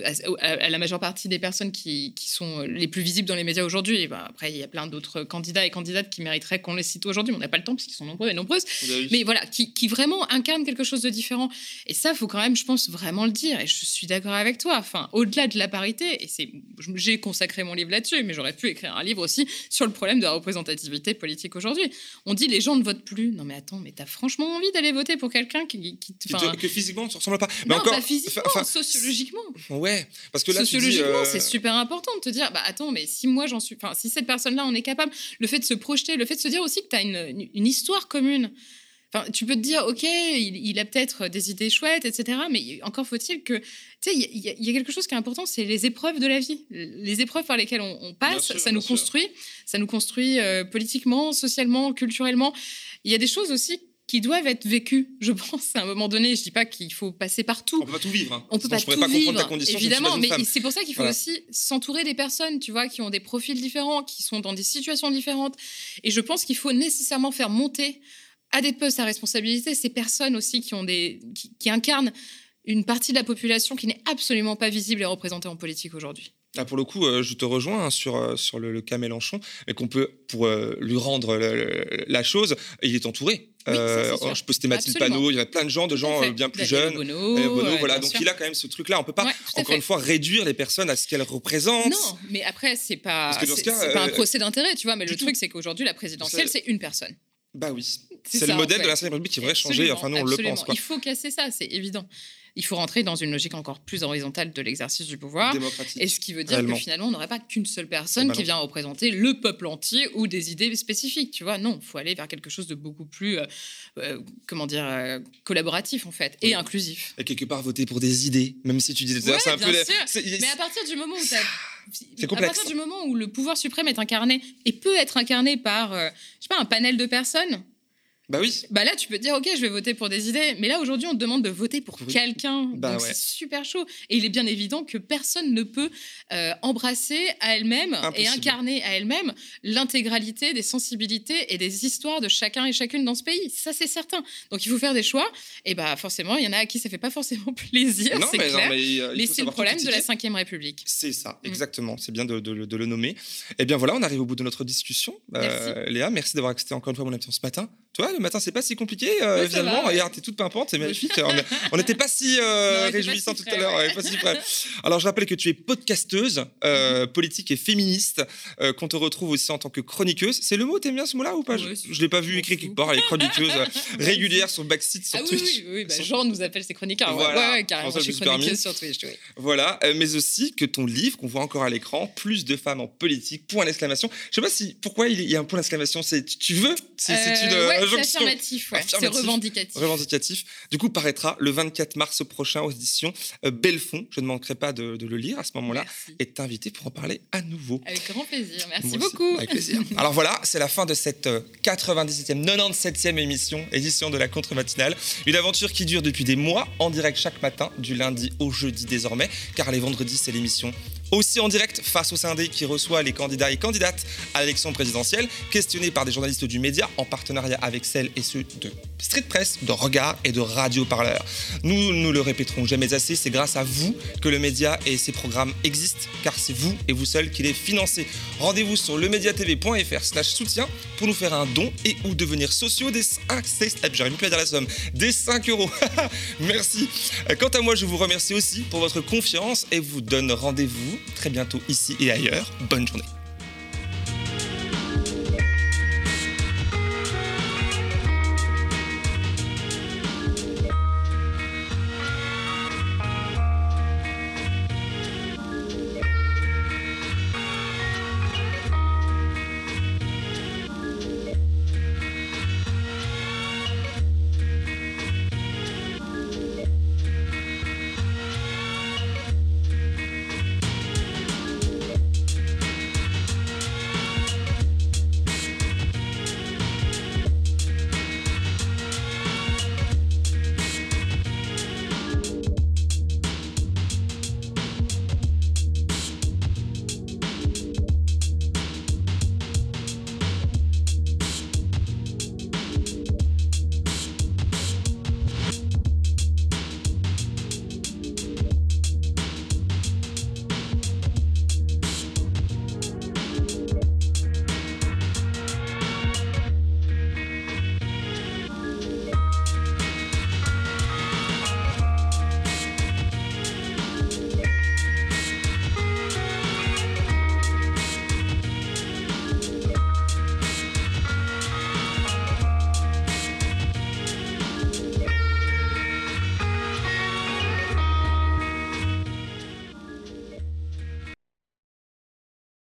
à la majeure partie des personnes qui sont les plus visibles dans les médias aujourd'hui. Après, il y a plein d'autres candidats et candidates qui mériteraient qu'on les cite aujourd'hui, mais on n'a pas le temps parce qu'ils sont nombreux et nombreuses. Mais voilà, qui vraiment incarnent quelque chose de différent. Et ça, il faut quand même, je pense, vraiment le dire. Et je suis d'accord avec toi. Au-delà de la parité, et j'ai consacré mon livre là-dessus, mais j'aurais pu écrire un livre aussi sur le problème de la représentativité politique aujourd'hui. On dit les gens ne votent plus. Non mais attends, mais t'as franchement envie d'aller voter pour quelqu'un que physiquement, ça ne ressemble pas. Mais non, encore, pas physiquement, sociologiquement. Ouais, parce que là, sociologiquement, c'est super important de te dire, attends, mais si moi j'en suis, si cette personne-là on est capable, le fait de se projeter, le fait de se dire aussi que tu as une histoire commune. Tu peux te dire, ok, il a peut-être des idées chouettes, etc. Mais encore faut-il que, tu sais, il y a quelque chose qui est important, c'est les épreuves de la vie, les épreuves par lesquelles on passe, ça nous construit politiquement, socialement, culturellement. Il y a des choses aussi qui doivent être vécues, je pense, à un moment donné. Je dis pas qu'il faut passer partout. On peut pas tout vivre. On peut pas je pourrais tout pas comprendre vivre, ta condition. évidemment, mais femme. c'est pour ça qu'il faut aussi s'entourer des personnes, tu vois, qui ont des profils différents, qui sont dans des situations différentes. Et je pense qu'il faut nécessairement faire monter à des postes à responsabilité ces personnes aussi qui incarnent une partie de la population qui n'est absolument pas visible et représentée en politique aujourd'hui. Ah, pour le coup, je te rejoins sur le cas Mélenchon, mais qu'on peut, pour lui rendre la chose, il est entouré. Oui, ça, je peux citer Mathilde Panot, il y a plein de gens bien plus jeunes. Bono, voilà. Donc il a quand même ce truc-là. On peut pas, encore une fois, réduire les personnes à ce qu'elles représentent. Non, mais après, c'est pas un procès d'intérêt, tu vois. Mais le truc, c'est qu'aujourd'hui, la présidentielle, c'est une personne. Bah oui. C'est le modèle de la 5e République qui devrait changer. Enfin, nous, on le pense. Il faut casser ça, c'est évident. Il faut rentrer dans une logique encore plus horizontale de l'exercice du pouvoir. Démocratique. Et ce qui veut dire que finalement, on n'aurait pas qu'une seule personne qui vient représenter le peuple entier ou des idées spécifiques. Tu vois, non, il faut aller vers quelque chose de beaucoup plus, collaboratif en fait, et inclusif. Et quelque part, voter pour des idées, même si tu disais ça, c'est un peu. Mais à partir du moment où c'est complexe. À partir du moment où le pouvoir suprême est incarné et peut être incarné par, je sais pas, un panel de personnes. Bah oui. Bah là, tu peux te dire, ok, je vais voter pour des idées. Mais là, aujourd'hui, on te demande de voter pour quelqu'un. Bah donc, c'est super chaud. Et il est bien évident que personne ne peut embrasser à elle-même et incarner à elle-même l'intégralité des sensibilités et des histoires de chacun et chacune dans ce pays. Ça, c'est certain. Donc, il faut faire des choix. Et bah, forcément, il y en a à qui ça fait pas forcément plaisir, c'est clair. Mais c'est le problème de la 5e République. C'est ça, exactement. C'est bien de le nommer. Et bien voilà, on arrive au bout de notre discussion. Léa, merci d'avoir accepté encore une fois mon invitation ce matin. Toi, le matin, c'est pas si compliqué, finalement. Regarde, t'es toute pimpante, c'est magnifique. On n'était pas si réjouissants tout à l'heure. Pas si près. Alors, je rappelle que tu es podcasteuse, politique et féministe, qu'on te retrouve aussi en tant que chroniqueuse. C'est le mot, t'aimes bien ce mot-là ou pas? Je l'ai pas vu écrit quelque part. Elle est chroniqueuse régulière sur Backseat, sur Twitch. Oui, Jean nous appelle ses chroniqueurs. Voilà, carrément, je suis chroniqueuse sur Twitch. Oui. Voilà, mais aussi que ton livre, qu'on voit encore à l'écran, Plus de femmes en politique, point d'exclamation. Je sais pas pourquoi il y a un point d'exclamation. Tu veux? C'est affirmatif, c'est revendicatif. Du coup, paraîtra le 24 mars prochain aux éditions Belfond. Je ne manquerai pas de le lire à ce moment-là et de t'inviter pour en parler à nouveau. Avec grand plaisir. Merci beaucoup. Avec plaisir. Alors voilà, c'est la fin de cette 97e édition de la Contre-Matinale. Une aventure qui dure depuis des mois, en direct chaque matin, du lundi au jeudi désormais, car les vendredis, c'est l'émission aussi en direct face au Scindé qui reçoit les candidats et candidates à l'élection présidentielle, questionnés par des journalistes du média en partenariat avec celles et ceux de Street Press, de Regard et de Radio Parleur. Nous ne le répéterons jamais assez, c'est grâce à vous que le média et ses programmes existent, car c'est vous et vous seuls qui les financez. Rendez-vous sur lemediatv.fr/soutien pour nous faire un don et ou devenir sociaux des 5 €. Merci. Quant à moi, je vous remercie aussi pour votre confiance et vous donne rendez-vous très bientôt ici et ailleurs. Bonne journée.